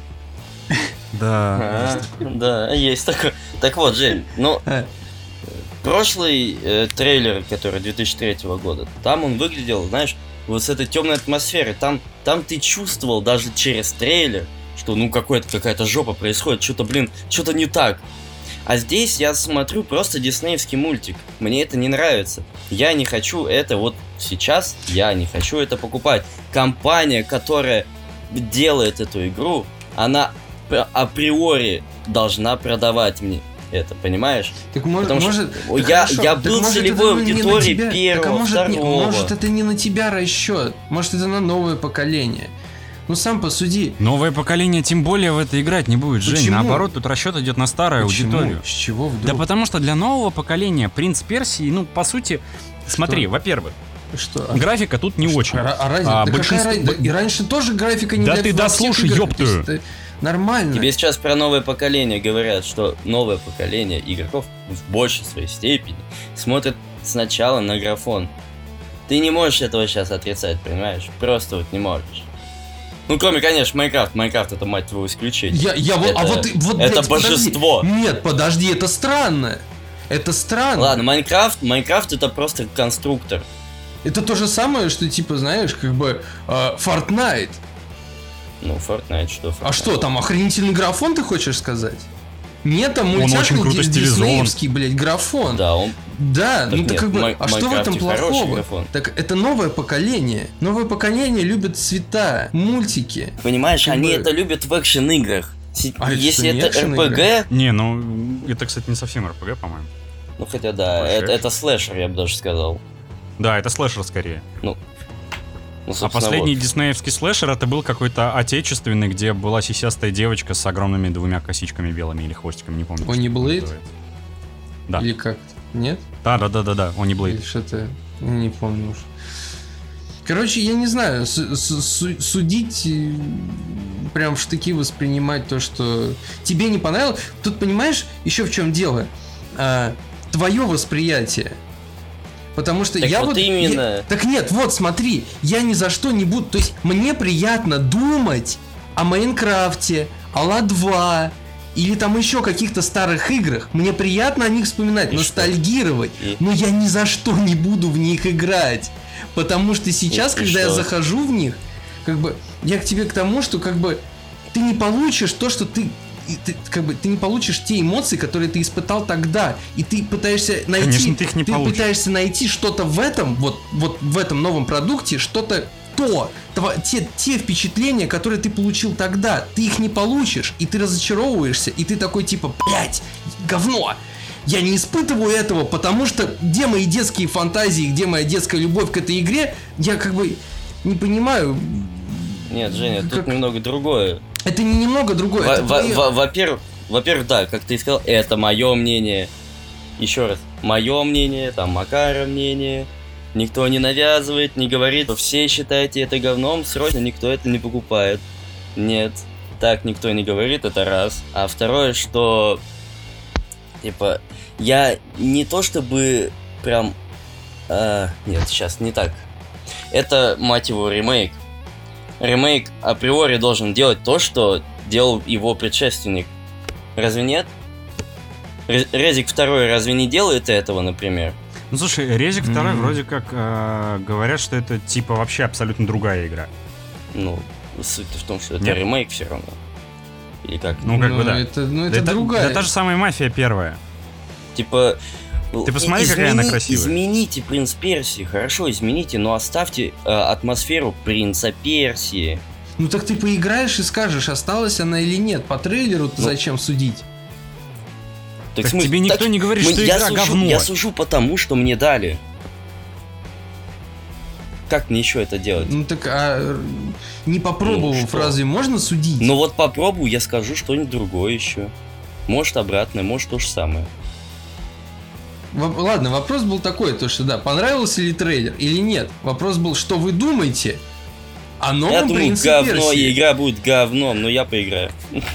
Да. Да, есть такое. Так вот, Жень, ну... Прошлый трейлер, который 2003 года, там он выглядел, знаешь, вот с этой темной атмосферой. Там ты чувствовал даже через трейлер, что ну какая-то жопа происходит, что-то не так. А здесь я смотрю просто диснеевский мультик. Мне это не нравится. Я не хочу это вот сейчас, я не хочу это покупать. Компания, которая делает эту игру, она априори должна продавать мне это, понимаешь? Так может, я был целевой аудиторией первого, второго. Может, это не на тебя расчет. Может, это на новое поколение. Ну сам посуди. Новое поколение тем более в это играть не будет, Жень. Почему? Наоборот, тут расчет идет на старую аудиторию. С чего вдруг? Да потому что для нового поколения Принц Персии, ну, по сути, смотри, во-первых, графика тут не очень. И раньше тоже графика не для всех игр. Да ты дослушай, ёптую. Нормально. Тебе сейчас про новое поколение говорят, что новое поколение игроков в большей своей степени смотрят сначала на графон. Ты не можешь этого сейчас отрицать, понимаешь? Просто вот не можешь. Ну, кроме, конечно, Майнкрафт. Майнкрафт — это, мать твою, исключение. Это божество. Подожди. Нет, подожди, это странно. Это странно. Ладно, Майнкрафт — это просто конструктор. Это то же самое, что, типа, знаешь, как бы Fortnite. Ну, Fortnite, что Fortnite? А что, там охренительный графон, ты хочешь сказать? Нет, там мультяшный диснеевский, блядь, графон. Да, он... Да, так ну так как бы, а что в этом плохого? Так это новое поколение. Новое поколение любит цвета, мультики. Понимаешь, как они это любят в экшен-играх. Если это РПГ... Не, ну, это, кстати, не совсем РПГ, по-моему. Ну, хотя да, это слэшер, я бы даже сказал. Да, это слэшер скорее. Ну а последний диснеевский слэшер это был какой-то отечественный, где была сисястая девочка с огромными 2 косичками белыми или хвостиками, не помню. Они Blade? Да. Или как? Нет? Да, Они Blade. Или что-то, не помню уж. Короче, я не знаю, судить, прям в штыки воспринимать то, что тебе не понравилось. Тут, понимаешь, еще в чем дело? Твое восприятие. Потому что так я вот именно. Так нет, вот смотри, я ни за что не буду. То есть мне приятно думать о Майнкрафте, о Ла 2 или там еще каких-то старых играх. Мне приятно о них вспоминать, ностальгировать. Но я ни за что не буду в них играть. Потому что сейчас, когда я захожу в них, как бы я к тебе к тому, что как бы ты не получишь то, что ты не получишь те эмоции, которые ты испытал тогда, и ты пытаешься найти, конечно, ты их не получишь. Пытаешься найти что-то в этом, вот в этом новом продукте, что-то те впечатления, которые ты получил тогда, ты их не получишь, и ты разочаровываешься, и ты такой типа, блять, говно. Я не испытываю этого, потому что где мои детские фантазии, где моя детская любовь к этой игре, я как бы не понимаю. Нет, Женя, тут немного другое. Это не немного другое. Во-первых, да, как ты сказал, это мое мнение. Еще раз, мое мнение, там Макара мнение. Никто не навязывает, не говорит, что все считаете это говном, срочно никто это не покупает. Нет, так никто не говорит, это раз. А второе, что типа я не то чтобы прям... нет, сейчас не так. Это, мать его, ремейк. Ремейк априори должен делать то, что делал его предшественник. Разве нет? Резик 2 разве не делает этого, например? Ну слушай, Резик 2 вроде как говорят, что это типа вообще абсолютно другая игра. Ну, суть в том, что это ремейк все равно. Или как? Ну как бы да. Это другая. Это та же самая Мафия 1. Типа... Ты посмотри, какая она красивая. Измените Принц Персии, хорошо, измените, но оставьте атмосферу Принца Персии. Ну так ты поиграешь и скажешь, осталась она или нет. По трейлеру-то зачем судить? Так тебе никто не говорит, что игра говно. Я сужу потому, что мне дали. Как мне еще это делать? Ну так, не попробовав, разве можно судить? Ну вот попробую, я скажу что-нибудь другое еще. Может обратное, может то же самое. Ладно, вопрос был такой, то что да, понравился ли трейлер или нет. Вопрос был, что вы думаете о новом Принце Персии. Я думаю, говно, игра будет говном, но я поиграю.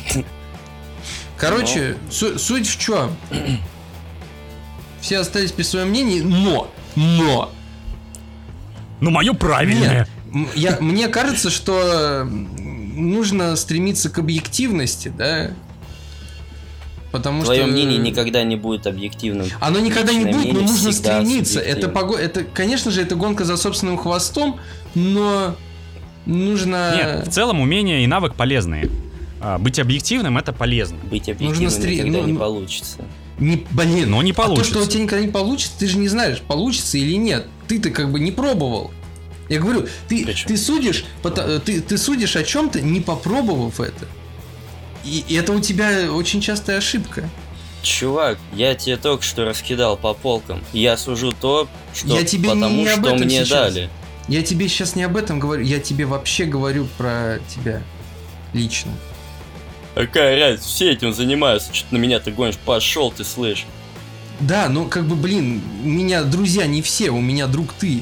Короче, суть в чем? Все остались при своем мнении, но... Ну, мое правильное. Мне кажется, что нужно стремиться к объективности, да? Потому Твое что... мнение никогда не будет объективным. Оно никогда не будет, но нужно стремиться. Это, конечно же, это гонка за собственным хвостом, но нужно... Нет, в целом умения и навык полезные. Быть объективным — это полезно. Быть объективным никогда не получится. Не получится. А то, что у тебя никогда не получится, ты же не знаешь, получится или нет. Ты-то как бы не пробовал. Я говорю, ты судишь о чем-то, не попробовав это. И это у тебя очень частая ошибка. Чувак, я тебе только что раскидал по полкам. Я сужу то, что потому что мне дали. Я тебе сейчас не об этом говорю, я тебе вообще говорю про тебя лично. Какая разница, все этим занимаются, что ты на меня ты гонишь, пошел ты, слышь. Да, ну как бы, блин, у меня друзья не все, у меня друг ты.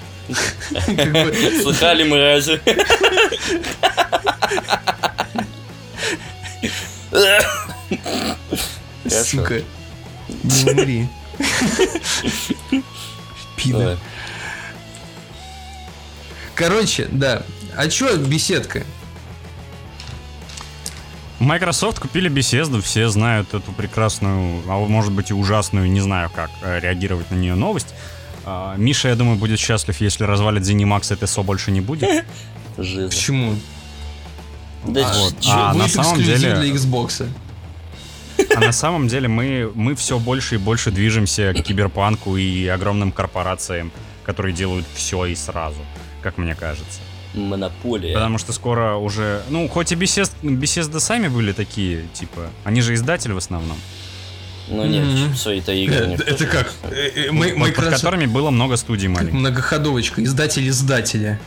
Слыхали мы разве? Сука. Не умри. Пидор. Короче, да. А чё беседка? Microsoft купили Bethesda, все знают эту прекрасную, а может быть и ужасную, не знаю как реагировать на нее новость. Миша, я думаю, будет счастлив, если развалит ZeniMax, это СО больше не будет. Почему? Да на самом деле для Xbox. А на самом деле мы все больше и больше движемся к киберпанку и огромным корпорациям, которые делают все и сразу, как мне кажется. Монополия. Потому что скоро уже... Ну, хоть и Bethesda сами были такие, типа... Они же издатели в основном. Ну нет, все это игры. Это как? Под которыми было много студий маленьких. Многоходовочка, издатель издателя.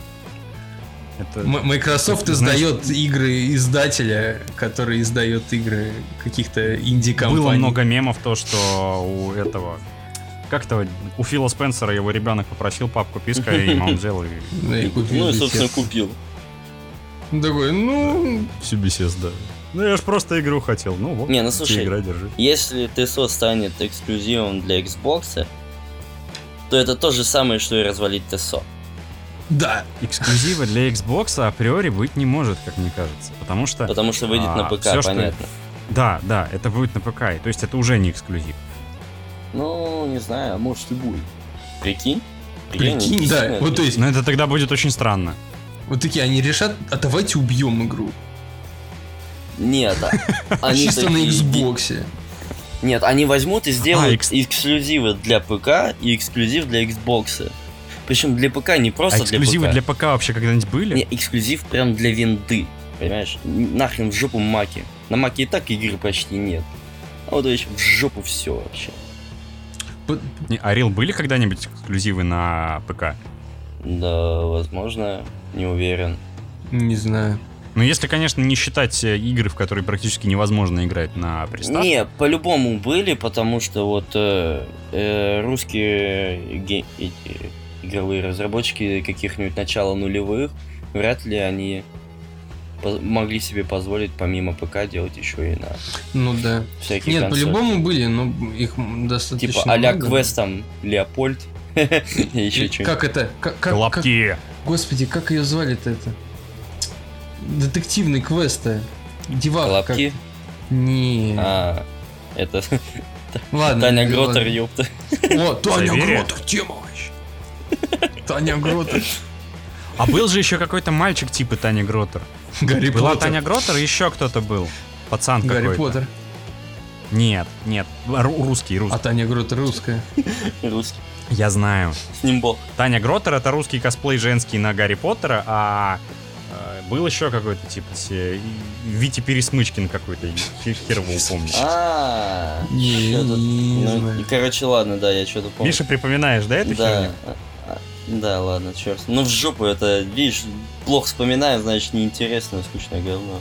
Microsoft издает игры издателя, который издает игры каких-то инди-компаний. Было много мемов, то, что у этого... Как-то у Фила Спенсера его ребенок попросил папку писка, и он взял и... Ну и, собственно, купил. Такой, всю Bethesda. Ну я ж просто игру хотел, ну вот. Не, ну слушай, игра, держи. Если TSO станет эксклюзивом для Xbox, то это то же самое, что и развалить TSO. Да. Эксклюзива для Xbox априори быть не может, как мне кажется. Потому что выйдет на ПК, всё, понятно. Да, это будет на ПК. То есть это уже не эксклюзив. Ну, не знаю, может и будет. Прикинь, да. Вот то есть. Но это тогда будет очень странно. Вот такие, они решат, а давайте убьем игру. Нет, они чисто на Xbox. Нет, они возьмут и сделают эксклюзивы для ПК и эксклюзив для Xbox. Причем для ПК не просто для ПК. Эксклюзивы для ПК вообще когда-нибудь были? Не, эксклюзив прям для винды. Понимаешь? Нахрен в жопу маки. На маке и так игры почти нет. А вот еще в жопу все вообще. А Real были когда-нибудь эксклюзивы на ПК? Да, возможно, не уверен. Не знаю. Ну, если, конечно, не считать игры, в которые практически невозможно играть на приставке. Не, по-любому были, потому что вот русские игровые разработчики каких-нибудь начала нулевых, вряд ли они могли себе позволить помимо ПК делать еще и на всякие Нет, консоли. по-любому были, но их достаточно типа а-ля много. Квест там, Леопольд и еще что-нибудь. Как это? Колобки! Господи, как ее звали-то это? Детективный квест-то. Девак. Колобки? Не. Это... Ладно. Таня Гроттер, ёпта. О, Таня Гроттер, тема вообще. Таня Гроттер. А был же еще какой-то мальчик типа Таня Гроттер. Гарри Поттер. Была Таня Гроттер, и еще кто-то был. Пацан какой-то. Гарри Поттер. Нет. Русский. А Таня Гроттер русская. Русский. Я знаю. С ним бог. Таня Гроттер — это русский косплей женский на Гарри Поттера, а был еще какой-то типа Витя Пересмычкин какой-то, хер его упомню. Не. Короче, ладно, да, я что-то помню. Миша, припоминаешь, да, эту херню? Да, ладно, черт. Ну в жопу это, видишь, плохо вспоминаю, значит неинтересное, скучное говно.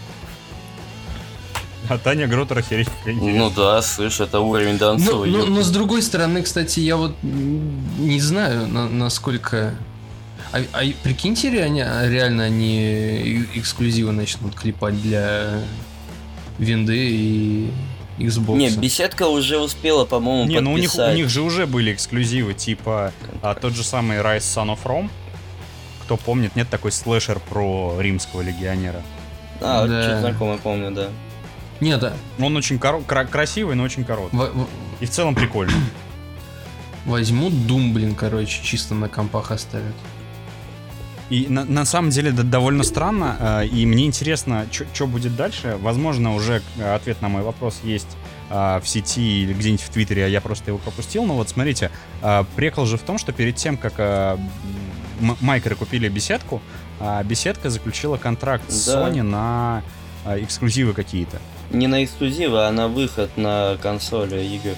А Таня Гроттер охереть. Ну да, слышь, это уровень Донцова. Но с другой стороны, кстати, я вот не знаю, насколько... А прикиньте, реально они эксклюзивы начнут клепать для винды и Xbox. Не, беседка уже успела, по-моему, подписать. Не, ну у них же уже были эксклюзивы, типа тот же самый Rise Son of Rome. Кто помнит, нет такой слэшер про римского легионера. Да. Что-то знакомое помню, да. Нет, да. Он очень красивый, но очень короткий. И в целом прикольный. Возьмут Doom, блин, короче, чисто на компах оставят. И на самом деле это довольно странно, и мне интересно, что будет дальше. Возможно, уже ответ на мой вопрос есть в сети или где-нибудь в Твиттере, а я просто его пропустил. Но вот смотрите, прикол же в том, что перед тем, как майкеры купили беседку, беседка заключила контракт с Sony на эксклюзивы какие-то. Не на эксклюзивы, а на выход на консоли игры.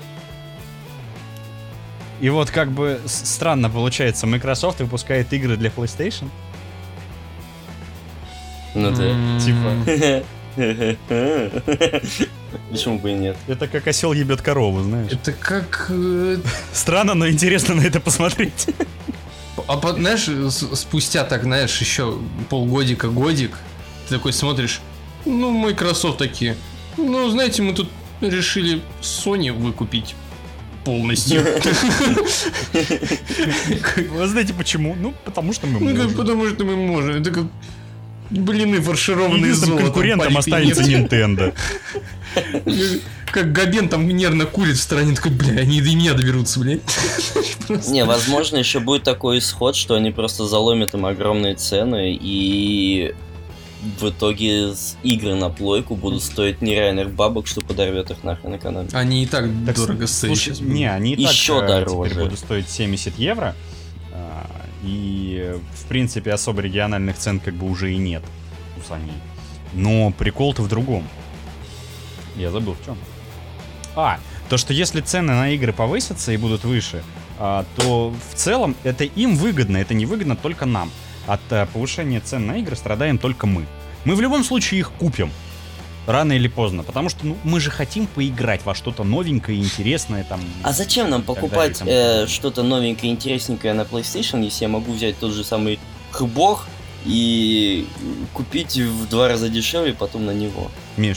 И вот как бы странно получается, Microsoft выпускает игры для PlayStation. Ну да. Типа. Почему бы и нет? Это как осел ебет корову, знаешь. Это как... Странно, но интересно на это посмотреть. Знаешь, спустя так, знаешь, еще полгодика-годик, ты такой смотришь, ну, Microsoft такие, ну, знаете, мы тут решили Sony выкупить полностью. Вы знаете почему? Ну, потому что мы можем. Ну, потому что мы можем. Это как блины фаршированные золотом. Конкурентом останется Nintendo. Как Габен там нервно курит в стороне, такой, бля, они до меня доберутся, блядь. Не, возможно, еще будет такой исход, что они просто заломят им огромные цены и в итоге игры на плойку будут стоить нереальных бабок, что подорвет их нахрен экономику. Они и так дорого стоят. Слушай, не, они и еще так дороже. теперь будут стоить 70 евро. И, в принципе, особо региональных цен как бы уже и нет у Sony. Но прикол-то в другом. Я забыл в чем. То, что если цены на игры повысятся и будут выше, то в целом это им выгодно, это не выгодно только нам. От повышения цен на игры страдаем только мы. Мы в любом случае их купим. Рано или поздно. Потому что мы же хотим поиграть во что-то новенькое и интересное там. А зачем нам покупать что-то новенькое и интересненькое на PlayStation, если я могу взять тот же самый Xbox и купить в 2 раза дешевле потом на него? Миш.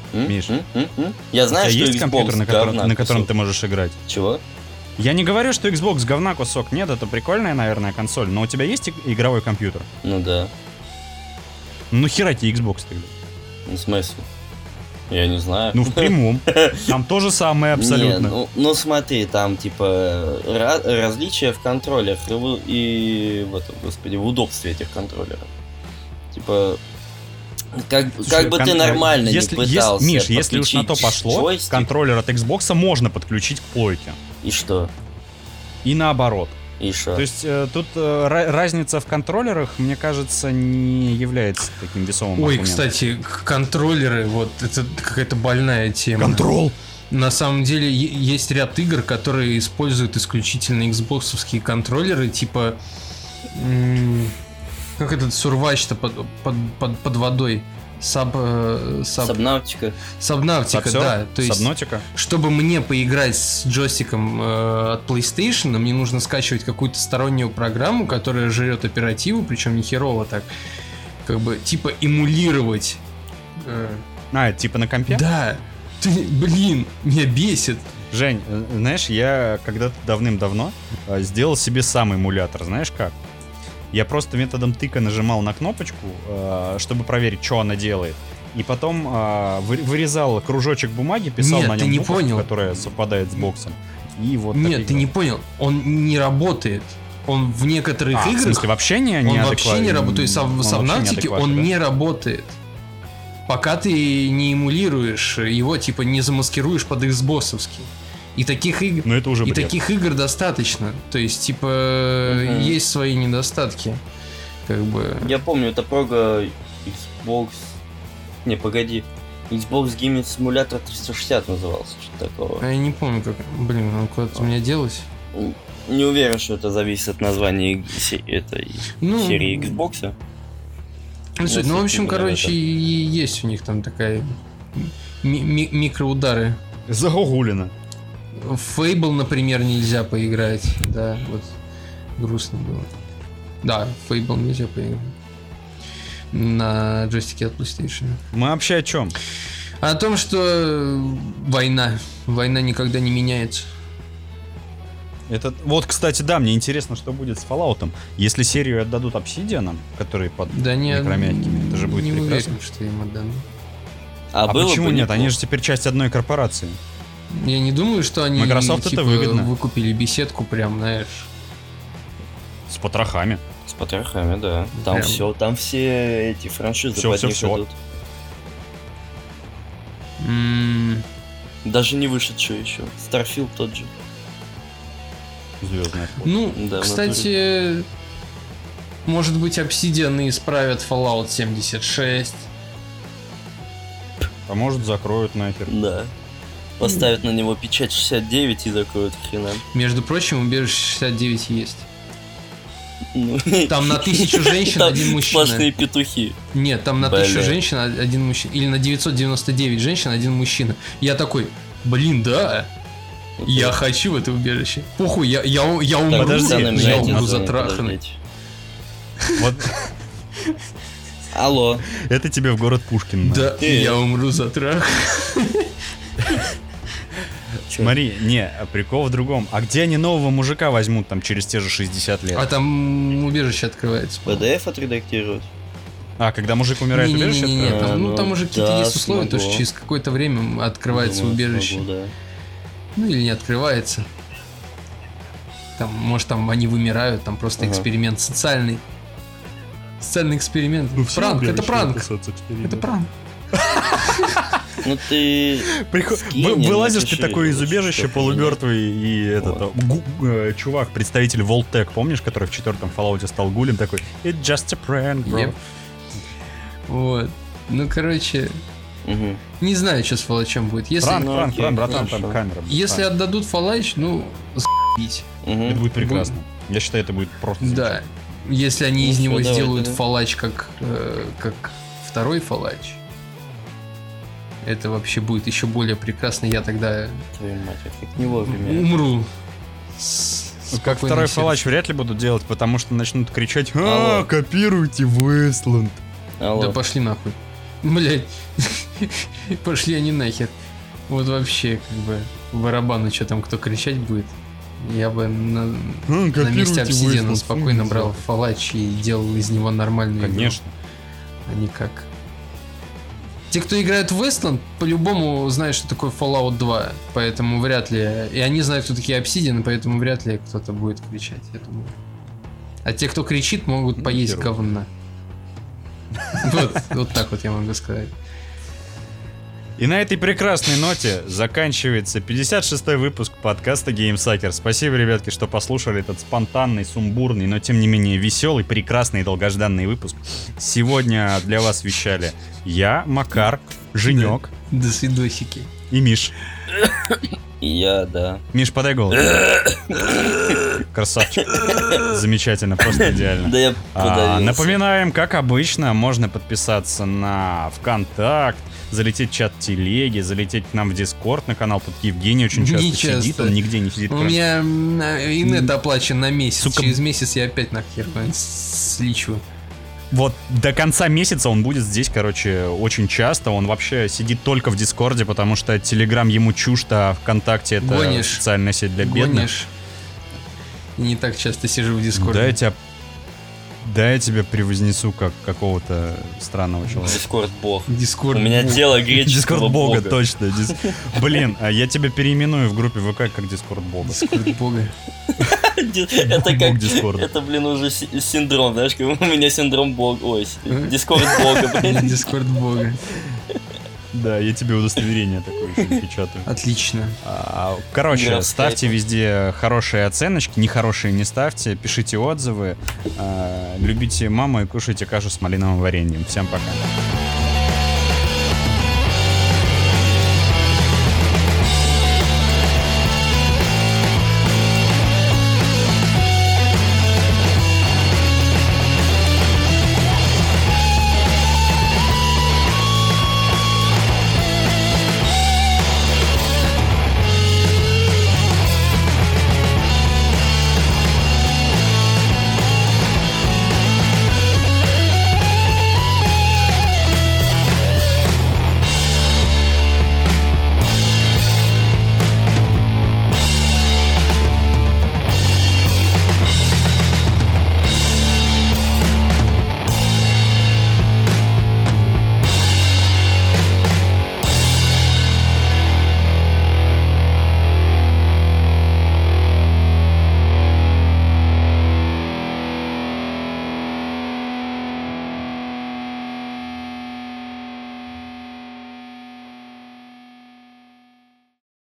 Я знаю, что есть Xbox компьютер, на котором ты можешь играть? Чего? Я не говорю, что Xbox говна кусок. Нет, это прикольная, наверное, консоль. Но у тебя есть игровой компьютер? Ну да. Ну хера тебе Xbox тогда? В смысле? Я не знаю. Ну в прямом. Там то же самое абсолютно. Не, ну смотри, там типа различия в контроллерах и в удобстве этих контроллеров. Типа как бы ты нормально не пытался. Миш, если уж на то пошло, джойстик, контроллер от Xbox можно подключить к плойке. И что? И наоборот. И что? То есть тут разница в контроллерах, мне кажется, не является таким весомым аргументом. Кстати, контроллеры, вот это какая-то больная тема. Контрол! На самом деле есть ряд игр, которые используют исключительно Xbox-овские контроллеры, типа как этот сурвач-то под водой. Сабнавтика. Сабнавтика, да. То есть, Сабнотика. чтобы мне поиграть с джойстиком от PlayStation, мне нужно скачивать какую-то стороннюю программу, которая жрет оперативу, причем не херово так, как бы, типа, эмулировать. Типа на компе? Да. Меня бесит. Жень, знаешь, я когда-то давным-давно сделал себе сам эмулятор, знаешь как? Я просто методом тыка нажимал на кнопочку, чтобы проверить, что она делает. И потом вырезал кружочек бумаги, писал на нем букву, которая совпадает с боксом. И вот Нет, ты не понял. Он не работает. Он в некоторых играх... В смысле, вообще не Он вообще не работает. То есть в Сабнавтике он не работает. Пока ты не эмулируешь его, типа не замаскируешь под Xbox-овский. И таких игр, таких игр достаточно. То есть, типа, есть свои недостатки. Как бы. Я помню, это прога Xbox. Не, погоди. Xbox Gaming Simulator 360 назывался, что-то такого. Я не помню, как. Блин, он куда-то у меня делось. Не уверен, что это зависит от названия этой серии Xbox. Ну, в общем, короче, есть у них там такая микроудары. Загогулина. В Fable, например, нельзя поиграть. Да, вот грустно было. Да, в Fable нельзя поиграть на джойстике от PlayStation. Мы вообще о чем? О том, что война никогда не меняется. Это, вот, кстати, да, мне интересно, что будет с Fallout'ом. Если серию отдадут Obsidian, который под микромягкими, это же будет прекрасно. Не уверен, что им отдадут. А почему нет? Они же теперь часть одной корпорации. Я не думаю, что они Microsoft это выгодно. Выкупили беседку прям, знаешь. С потрохами. С потрохами, да. Там все эти франшизы под них идут. Даже не вышедшие еще. Starfield тот же. Звездная. Ну, да, кстати, может быть, Obsidian исправят Fallout 76. А может, закроют нахер. Да. Поставят на него печать 69 и закроют хрена. Между прочим, убежище 69 есть. Там на 1000 женщин один мужчина. Сплошные петухи. Нет, там на 1000 женщин один мужчина. Или на 999 женщин один мужчина. Я такой, да. Я хочу в это убежище. Похуй, я умру затраханный. Вот. Алло. Это тебе в город Пушкин. Да, я умру затраханный. Смотри, прикол в другом. А где они нового мужика возьмут там через те же 60 лет? А там убежище открывается. PDF отредактируют. Когда мужик умирает, убежище открывается? Там уже какие-то есть условия, то что через какое-то время открывается убежище. Ну или не открывается. Там, может, там они вымирают, там просто эксперимент социальный. Социальный эксперимент. Пранк, это пранк. Это пранк. Ну ты... Вылазишь ты такой из убежища полумертвый, и этот чувак, представитель Voltec, помнишь, который в 4-м Fallout стал гулем, такой It's just a prank, bro. Вот. Ну, короче... Не знаю, что с Фалачем будет. Пранк, братан, там камера. Если отдадут Фалач, ну, с***ить. Это будет прекрасно. Я считаю, это будет просто... Да. Если они из него сделают Фалач как второй Фалач, это вообще будет еще более прекрасно. Я тогда умру. Как второй Фалач вряд ли будут делать, потому что начнут кричать: копируйте Wasteland. Да пошли нахуй. Блять. Пошли они нахер. Вот вообще, как бы, барабаны, что там кто кричать будет. Я бы на месте Obsidian спокойно брал Фалач и делал из него нормальную игру. Конечно. А не как... Те, кто играет в Wasteland, по-любому знают, что такое Fallout 2, поэтому вряд ли... И они знают, кто такие Obsidian, поэтому вряд ли кто-то будет кричать, я думаю. А те, кто кричит, могут поесть говна. Вот так вот я могу сказать. И на этой прекрасной ноте заканчивается 56-й выпуск подкаста GameSucker. Спасибо, ребятки, что послушали этот спонтанный, сумбурный, но тем не менее веселый, прекрасный и долгожданный выпуск. Сегодня для вас вещали я, Макар, Женек. До свидосики. И Миш. Я, да. Миш, подай голос. Красавчик. Замечательно, просто идеально. Да я подавился. Напоминаем, как обычно, можно подписаться на ВКонтакт, залететь в чат телеги, залететь к нам в Дискорд на канал. Тут Евгений очень часто сидит, он нигде не сидит. У меня инет оплачен на месяц. Сука. Через месяц я опять нахер слечу. Вот до конца месяца он будет здесь, короче, очень часто. Он вообще сидит только в Дискорде, потому что Телеграм ему чужд, а ВКонтакте это социальная сеть для бедных. Гонишь. И не так часто сижу в Дискорде. Да, я тебя превознесу как какого-то странного человека. Дискорд-бог. Дискорд. У меня тело греческого бога. Дискорд-бога, точно. Блин, я тебя переименую в группе ВК как Дискорд-бога. Дискорд-бога. Это как... Это, блин, уже синдром, знаешь, как у меня синдром бога. Ой, Дискорд-бога, блин. Дискорд-бога. Да, я тебе удостоверение такое еще печатаю. Отлично. Короче, ставьте везде хорошие оценочки, нехорошие не ставьте, пишите отзывы, любите маму и кушайте кашу с малиновым вареньем. Всем пока.